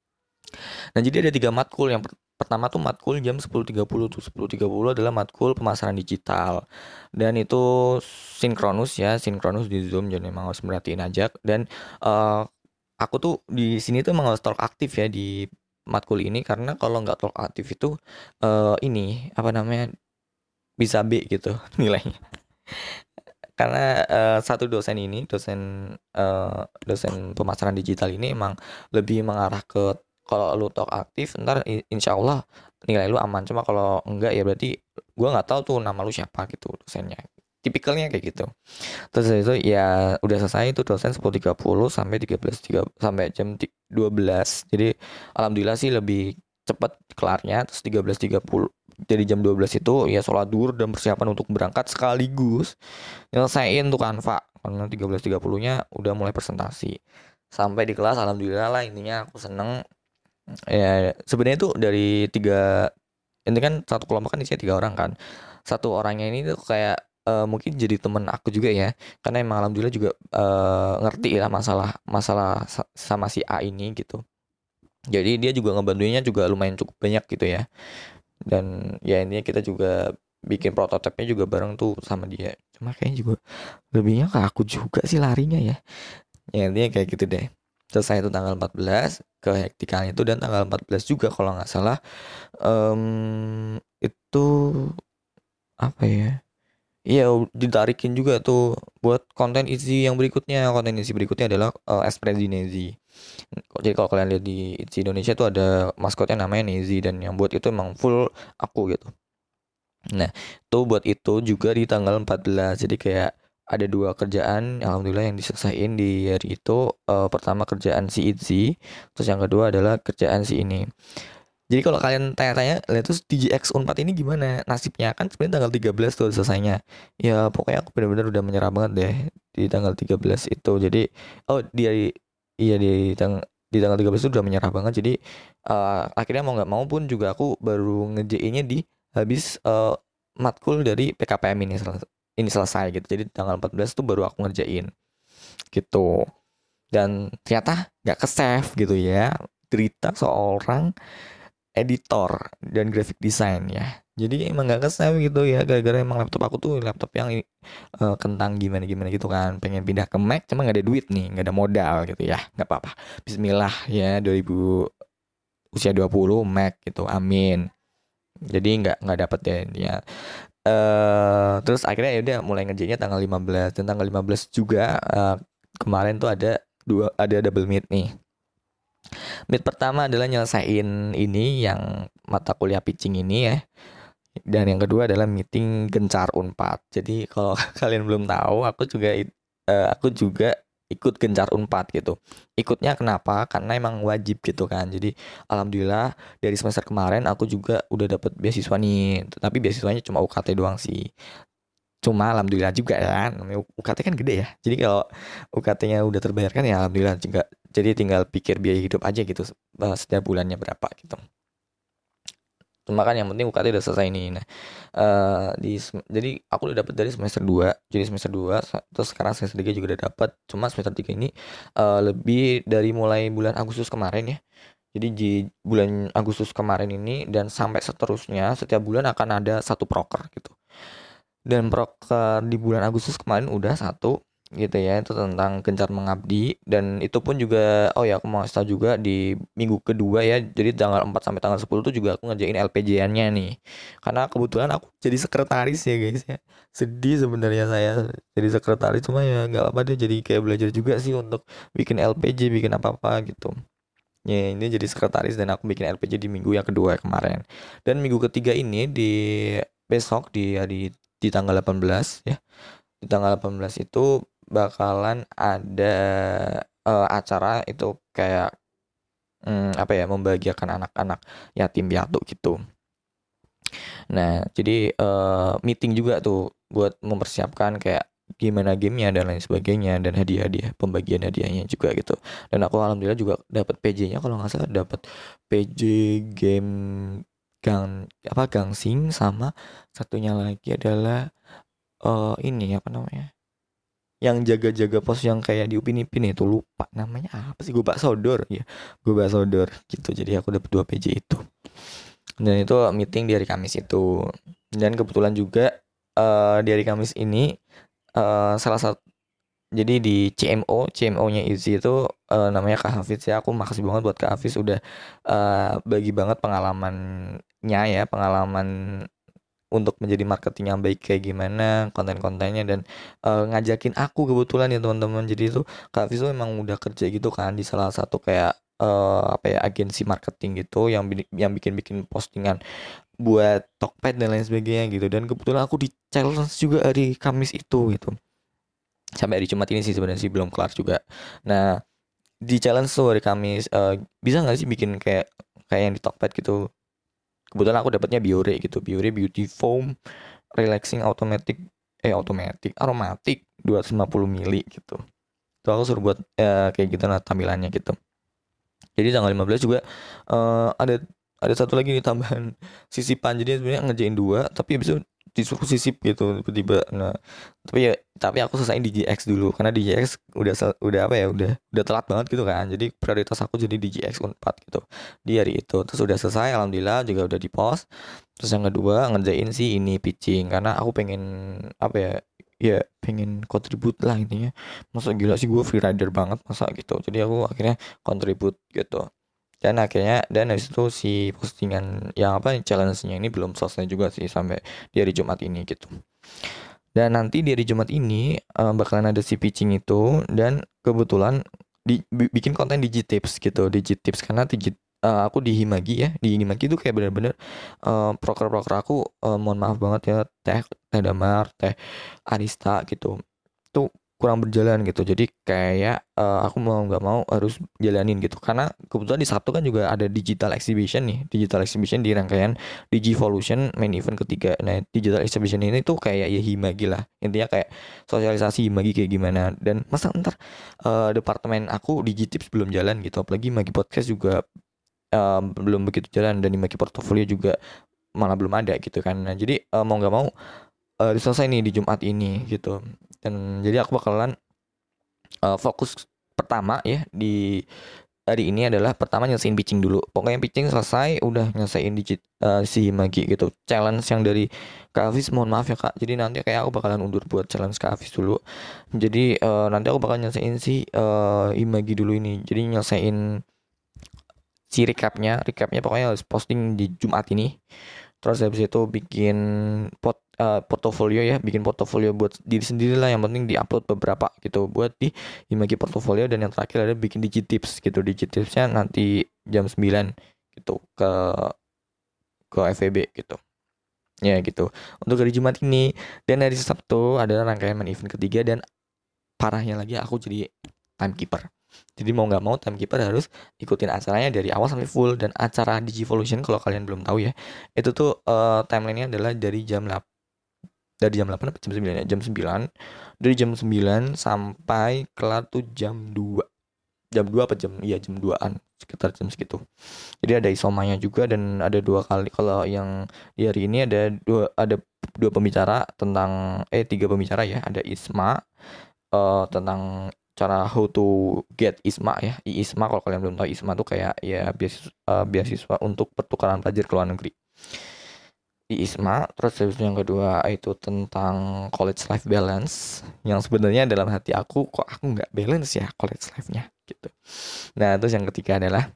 Nah, jadi ada tiga matkul. Yang per- pertama tuh matkul jam sepuluh tiga puluh tuh. sepuluh tiga puluh adalah matkul pemasaran digital. Dan itu sinkronus ya, sinkronus di Zoom jadi memang harus merhatiin aja dan eh, aku tuh di sini tuh emang harus talk aktif ya di matkul ini karena kalau nggak talk aktif itu eh, ini apa namanya bisa B gitu nilainya. Karena eh, satu dosen ini, dosen eh, dosen pemasaran digital ini emang lebih mengarah ke kalau lu talk aktif, ntar i- insya Allah nilai lu aman. Cuma kalau enggak ya berarti gua nggak tahu tuh nama lu siapa gitu dosennya. Tipikalnya kayak gitu. Terus dari itu ya udah selesai itu dosen sepuluh tiga puluh sampai tiga belas tiga sampai jam ti- dua belas. Jadi alhamdulillah sih lebih cepat kelarnya. Terus tiga belas tiga puluh jadi jam dua belas itu ya sholat duhur dan persiapan untuk berangkat sekaligus nyelesain tuh Canva karena tiga belas tiga puluh-nya udah mulai presentasi. Sampai di kelas alhamdulillah lah intinya aku seneng ya sebenarnya tuh dari tiga ini kan satu kelompok kan isinya tiga orang kan. Satu orangnya ini tuh kayak eh, mungkin jadi temen aku juga ya karena emang alhamdulillah juga eh, ngerti lah masalah masalah sa- sama si A ini gitu. Jadi dia juga ngebantuinnya juga lumayan cukup banyak gitu ya. Dan ya intinya kita juga bikin prototipenya juga bareng tuh sama dia. Cuma kayaknya juga lebihnya ke aku juga sih larinya ya. Ya intinya kayak gitu deh. Selesai itu tanggal empat belas kehektikan itu dan tanggal empat belas juga kalau nggak salah em, itu apa ya? Iya ditarikin juga tuh buat konten isi yang berikutnya. Konten isi berikutnya adalah uh, Espresso Nezi. Jadi kalau kalian lihat di Itzy Indonesia tuh ada maskotnya namanya Nezi dan yang buat itu emang full aku gitu. Nah, tuh buat itu juga di tanggal empat belas. Jadi kayak ada dua kerjaan alhamdulillah yang diselesain di hari itu. Eh, pertama kerjaan si Itzy, terus yang kedua adalah kerjaan si ini. Jadi kalau kalian tanya-tanya, lihat terus D J X empat ini gimana nasibnya? Kan sebenarnya tanggal tiga belas tuh selesainya. Ya pokoknya aku benar-benar udah menyerah banget deh di tanggal tiga belas itu. Jadi oh dia iya di tang di tanggal tiga belas itu udah menyerah banget. Jadi eh, akhirnya mau nggak mau pun juga aku baru ngerjainnya di habis eh, matkul dari P K P M ini selesai, ini selesai gitu. Jadi tanggal empat belas tuh baru aku ngerjain gitu. Dan ternyata nggak ke save gitu ya. Cerita seorang editor dan graphic design ya. Jadi emang gak kesel gitu ya gara-gara emang laptop aku tuh laptop yang eh, kentang gimana-gimana gitu kan. Pengen pindah ke Mac cuma gak ada duit nih, gak ada modal gitu ya. Gak apa-apa. Bismillah ya dua ribu usia dua puluh Mac gitu. Amin. Jadi nggak nggak dapet ya intinya. eh terus akhirnya ya udah mulai ngerjainnya tanggal lima belas, dan tanggal lima belas juga eh, kemarin tuh ada dua ada double meet nih. Meet pertama adalah nyelesain ini yang mata kuliah pitching ini ya. Dan yang kedua adalah meeting Gencar Unpad. Jadi kalau kalian belum tahu, aku juga it- eh, aku juga ikut Gencar Unpad gitu. Ikutnya kenapa? Karena emang wajib gitu kan. Jadi alhamdulillah dari semester kemarin aku juga udah dapet beasiswa nih. Tapi beasiswanya cuma U K T doang sih. Cuma alhamdulillah juga ya, namanya U K T kan gede ya. Jadi kalau U K T-nya udah terbayarkan ya alhamdulillah juga. Jadi tinggal pikir biaya hidup aja gitu, eh, setiap bulannya berapa gitu. Cuma kan yang penting U K T udah selesai nih. Nah, eh di sem- jadi aku udah dapet dari semester dua. Jadi semester dua sa- terus sekarang semester tiga juga udah dapet. Cuma semester tiga ini eh, lebih dari mulai bulan Agustus kemarin ya. Jadi di bulan Agustus kemarin ini dan sampai seterusnya setiap bulan akan ada satu proker gitu. Dan proker di bulan Agustus kemarin udah satu gitu ya, itu tentang Gencar Mengabdi. Dan itu pun juga, oh ya aku mau kasih tahu juga di minggu kedua ya, jadi tanggal empat sampai tanggal sepuluh tuh juga aku ngerjain L P J N-nya nih, karena kebetulan aku jadi sekretaris ya guys ya. Sedih sebenarnya saya jadi sekretaris, cuma ya nggak apa-apa deh, jadi kayak belajar juga sih untuk bikin L P J, bikin apa-apa gitu ya. Ini jadi sekretaris dan aku bikin L P J di minggu yang kedua kemarin. Dan minggu ketiga ini di besok di hari di tanggal delapan belas ya. Di tanggal delapan belas itu bakalan ada eh, acara itu kayak hmm, apa ya, membahagiakan anak-anak yatim piatu gitu. Nah, jadi eh, meeting juga tuh buat mempersiapkan kayak gimana gamenya dan lain sebagainya, dan hadiah-hadiah, pembagian hadiahnya juga gitu. Dan aku alhamdulillah juga dapat P J-nya, kalau nggak salah dapat P J game gang apa gangsing, sama satunya lagi adalah eh ini apa namanya, yang jaga-jaga pos yang kayak di Upin Ipin itu, lupa namanya apa sih, Gobak Sodor ya, Gobak Sodor gitu. Jadi aku dapat dua P J itu, dan itu meeting di hari Kamis itu. Dan kebetulan juga eh, di hari Kamis ini eh, salah satu, jadi di C M O C M O-nya Izzy itu eh, namanya Kak Hafiz ya. Aku makasih banget buat Kak Hafiz udah eh, bagi banget pengalamannya ya, pengalaman untuk menjadi marketing yang baik kayak gimana, konten-kontennya, dan eh, ngajakin aku kebetulan ya teman-teman. Jadi itu Kak Hafiz tuh emang udah kerja gitu kan di salah satu kayak eh, apa ya, agensi marketing gitu, yang bi- yang bikin-bikin postingan buat Tokped dan lain sebagainya gitu. Dan kebetulan aku di challenge juga hari Kamis itu gitu, sampai hari Jumat ini sih sebenarnya sih belum kelar juga. Nah, di challenge tuh hari Kamis, eh, bisa nggak sih bikin kayak kayak yang di Tokped gitu. Kebetulan aku dapatnya Biore gitu, Biore Beauty Foam Relaxing Automatic, eh automatic aromatic dua ratus lima puluh mili gitu. Tuh aku suruh buat eh, kayak gitu lah tampilannya gitu. Jadi tanggal lima belas juga eh, ada ada satu lagi nih tambahan sisipan. Jadi sebenarnya ngerjain dua, tapi habis itu disuruh sisip gitu tiba-tiba. Nah, tapi ya tapi aku selesaiin di J X dulu, karena di J X udah sel- udah apa ya, udah udah telat banget gitu kan. Jadi prioritas aku jadi di J X Unpad gitu di hari itu. Terus udah selesai alhamdulillah, juga udah di post. Terus yang kedua ngerjain sih ini pitching, karena aku pengen apa ya, ya pengen kontribut lah intinya. Masa gila sih gue freerider banget masa gitu. Jadi aku akhirnya kontribut gitu. Dan akhirnya, dan habis itu si postingan yang apa, challenge-nya ini belum selesai juga sih sampai di hari Jumat ini gitu. Dan nanti di hari Jumat ini eh, bakalan ada si pitching itu, dan kebetulan di, bi- bikin konten Digitips gitu, Digitips karena Digi, eh, aku di Himagi ya, di Himagi itu kayak bener-bener eh, proker-proker aku, eh, mohon maaf banget ya, Teh Teh Damar, Teh Arista gitu, tuh kurang berjalan gitu. Jadi kayak eh, aku mau nggak mau harus jalanin gitu, karena kebetulan di Sabtu kan juga ada digital exhibition nih, digital exhibition di rangkaian Digivolution main event ketiga. Nah, digital exhibition ini tuh kayak ya Himagi lah, intinya kayak sosialisasi Himagi kayak gimana. Dan masa ntar eh, departemen aku Digitips belum jalan gitu, apalagi Himagi podcast juga eh, belum begitu jalan, dan Himagi portfolio juga malah belum ada gitu kan. Nah, jadi eh, mau nggak mau eh, selesai nih di Jumat ini gitu. Dan jadi aku bakalan eh, fokus pertama ya di hari ini adalah pertama nyelesain pitching dulu. Pokoknya pitching selesai, udah nyelesain digit eh, si Magi gitu. Challenge yang dari Kak Hafiz, mohon maaf ya Kak. Jadi nanti kayak aku bakalan undur buat challenge Kak Hafiz dulu. Jadi eh, nanti aku bakal nyelesain si eh, Imagi dulu ini. Jadi nyelesain si recapnya, recapnya pokoknya harus posting di Jumat ini. Terus habis itu bikin pot uh, portofolio ya, bikin portofolio buat diri sendiri lah, yang penting diupload beberapa gitu buat di Himagi portofolio. Dan yang terakhir ada bikin Digitips gitu. Digitipsnya nanti jam sembilan gitu ke ke F E B gitu. Ya gitu. Untuk hari Jumat ini dan hari Sabtu adalah rangkaian main event ketiga, dan parahnya lagi aku jadi timekeeper. Jadi mau nggak mau timekeeper harus ikutin acaranya dari awal sampai full. Dan acara Digivolution kalau kalian belum tahu ya, itu tuh uh, timelinenya adalah dari jam delapan, dari jam delapan sampai jam sembilan ya, jam sembilan. Dari jam sembilan sampai kelar tuh jam dua. Jam dua apa jam iya jam duaan, sekitar jam segitu. Jadi ada isomanya juga, dan ada dua kali. Kalau yang di hari ini ada dua ada dua pembicara tentang eh tiga pembicara ya. Ada Isma uh, tentang cara how to get ISMA ya. ISMA kalau kalian belum tahu, ISMA tuh kayak ya beasiswa, uh, beasiswa untuk pertukaran pelajar ke luar negeri. Di ISMA. Terus habis yang kedua itu tentang college life balance, yang sebenarnya dalam hati aku, kok aku nggak balance ya college life-nya gitu. Nah terus yang ketiga adalah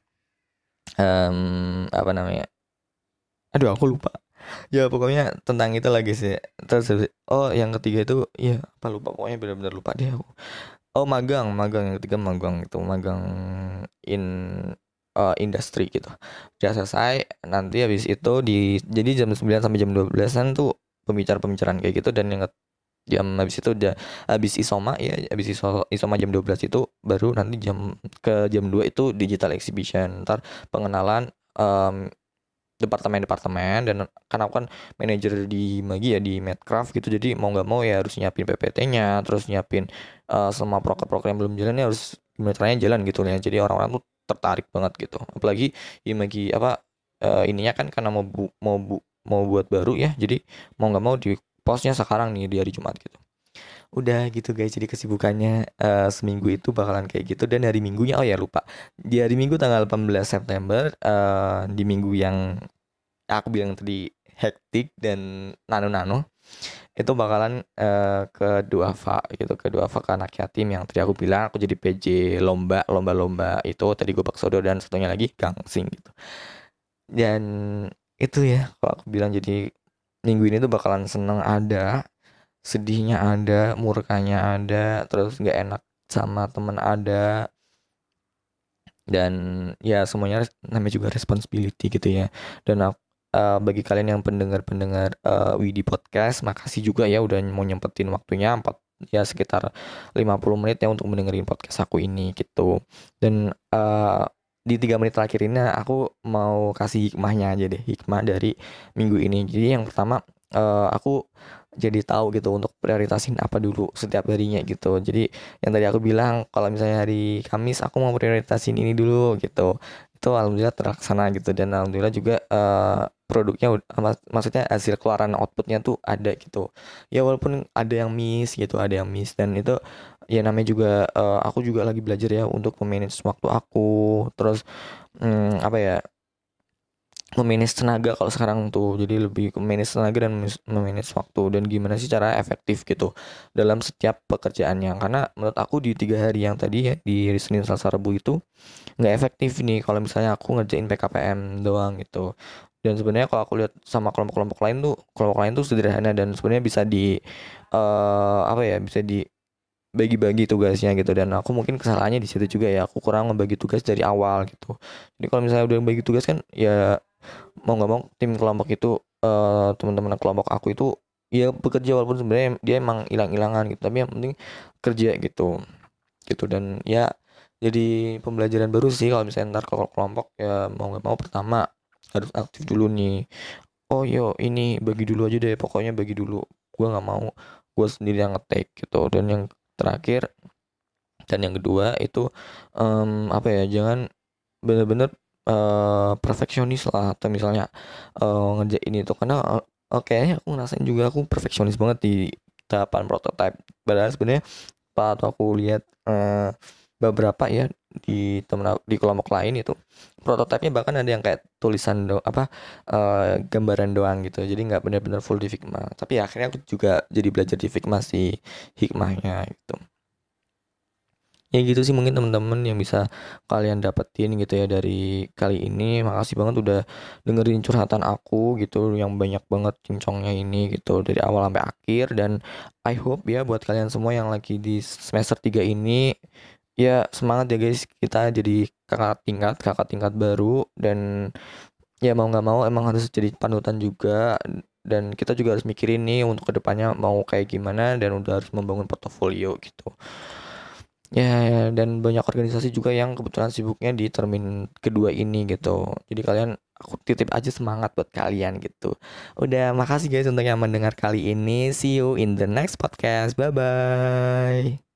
um, apa namanya, aduh aku lupa ya, pokoknya tentang itu lagi sih. Terus habis- oh yang ketiga itu ya apa, lupa, pokoknya benar-benar lupa deh aku. Oh magang, magang yang ketiga, magang itu magang in uh, industri gitu. Udah selesai, nanti habis itu di jadi jam sembilan sampai jam dua belasan tuh pembicara-pembicaraan kayak gitu. Dan yang ke- jam habis itu udah habis isoma ya, habis iso, isoma jam dua belas itu baru nanti jam ke jam dua itu digital exhibition. Ntar pengenalan em, departemen-departemen. Dan kan aku kan manajer di Magi ya, di Medcraft gitu. Jadi mau nggak mau ya harus nyiapin P P T-nya, terus nyiapin uh, semua proker-proker yang belum jalan ya harus gimana caranya jalan gitu ya. Jadi orang-orang tuh tertarik banget gitu. Apalagi di Magi apa uh, ininya kan karena mau bu, mau bu, mau buat baru ya. Jadi mau nggak mau di postnya sekarang nih di hari Jumat gitu. Udah gitu guys, jadi kesibukannya uh, seminggu itu bakalan kayak gitu. Dan hari Minggunya, oh ya lupa, di hari Minggu tanggal delapan belas September, uh, di minggu yang aku bilang tadi hektik dan nano-nano, itu bakalan uh, ke Duafa gitu, ke Duafa ke anak yatim yang tadi aku bilang. Aku jadi P J lomba lomba-lomba itu tadi, Gobak Sodo, dan satunya lagi Gangsing gitu. Dan itu ya kalau aku bilang, jadi minggu ini tuh bakalan seneng ada, sedihnya ada, murkanya ada, terus nggak enak sama temen ada. Dan ya semuanya namanya juga responsibility gitu ya. Dan aku, uh, bagi kalian yang pendengar-pendengar uh, Widi Podcast, makasih juga ya udah mau nyempetin waktunya empat ya sekitar lima puluh menit ya untuk mendengarin podcast aku ini gitu. Dan uh, di tiga menit terakhir ini aku mau kasih hikmahnya aja deh, hikmah dari minggu ini. Jadi yang pertama, uh, aku jadi tahu gitu untuk prioritasin apa dulu setiap harinya gitu. Jadi yang tadi aku bilang kalau misalnya hari Kamis aku mau prioritasin ini dulu gitu, itu alhamdulillah terlaksana gitu. Dan alhamdulillah juga uh, produknya ud- mak- maksudnya hasil keluaran outputnya tuh ada gitu ya, walaupun ada yang miss gitu, ada yang miss. Dan itu ya namanya juga uh, aku juga lagi belajar ya untuk memanage waktu aku. Terus hmm, apa ya, memanage tenaga kalau sekarang tuh. Jadi lebih ke manage tenaga dan memis- memanage waktu, dan gimana sih cara efektif gitu dalam setiap pekerjaannya. Karena menurut aku di tiga hari yang tadi ya, di Senin Selasa Rabu itu nggak efektif nih kalau misalnya aku ngerjain P K P M doang gitu. Dan sebenarnya kalau aku lihat sama kelompok-kelompok lain tuh, kelompok lain tuh sederhana, dan sebenarnya bisa di eh apa ya, bisa di bagi-bagi tugasnya gitu. Dan aku mungkin kesalahannya di situ juga ya, aku kurang membagi tugas dari awal gitu. Jadi kalau misalnya udah bagi tugas kan ya, mau nggak mau tim kelompok itu, eh teman-teman kelompok aku itu ya bekerja, walaupun sebenarnya dia emang hilang-hilangan gitu, tapi yang penting kerja gitu gitu. Dan ya jadi pembelajaran baru sih kalau misalnya ntar kalau kelompok ya, mau nggak mau pertama harus aktif dulu nih. Oh yo ini bagi dulu aja deh, pokoknya bagi dulu, gua nggak mau gua sendiri yang ngetek gitu. Dan yang terakhir dan yang kedua itu em, apa ya, jangan bener-bener eh, perfeksionis lah. Atau misalnya eh, ngerjain itu karena eh, eh, kayaknya aku ngerasain juga aku perfeksionis banget di tahapan prototype. Padahal sebenarnya pas aku lihat eh, beberapa ya di temen aku- di kelompok lain itu prototipenya bahkan ada yang kayak tulisan do apa eh, gambaran doang gitu. Jadi nggak benar-benar full di Figma. Tapi akhirnya aku juga jadi belajar di Figma sih hikmahnya gitu. Ya gitu sih mungkin teman-teman yang bisa kalian dapetin gitu ya dari kali ini. Makasih banget udah dengerin curhatan aku gitu yang banyak banget cincongnya ini gitu dari awal sampai akhir. Dan I hope ya buat kalian semua yang lagi di semester tiga ini, ya semangat ya guys, kita jadi kakak tingkat, kakak tingkat baru. Dan ya mau nggak mau emang harus jadi panutan juga. Dan kita juga harus mikirin nih untuk kedepannya mau kayak gimana, dan udah harus membangun portofolio gitu. Ya, dan banyak organisasi juga yang kebetulan sibuknya di termin kedua ini gitu. Jadi kalian, aku titip aja semangat buat kalian gitu. Udah, makasih guys untuk yang mendengar kali ini. See you in the next podcast. Bye bye.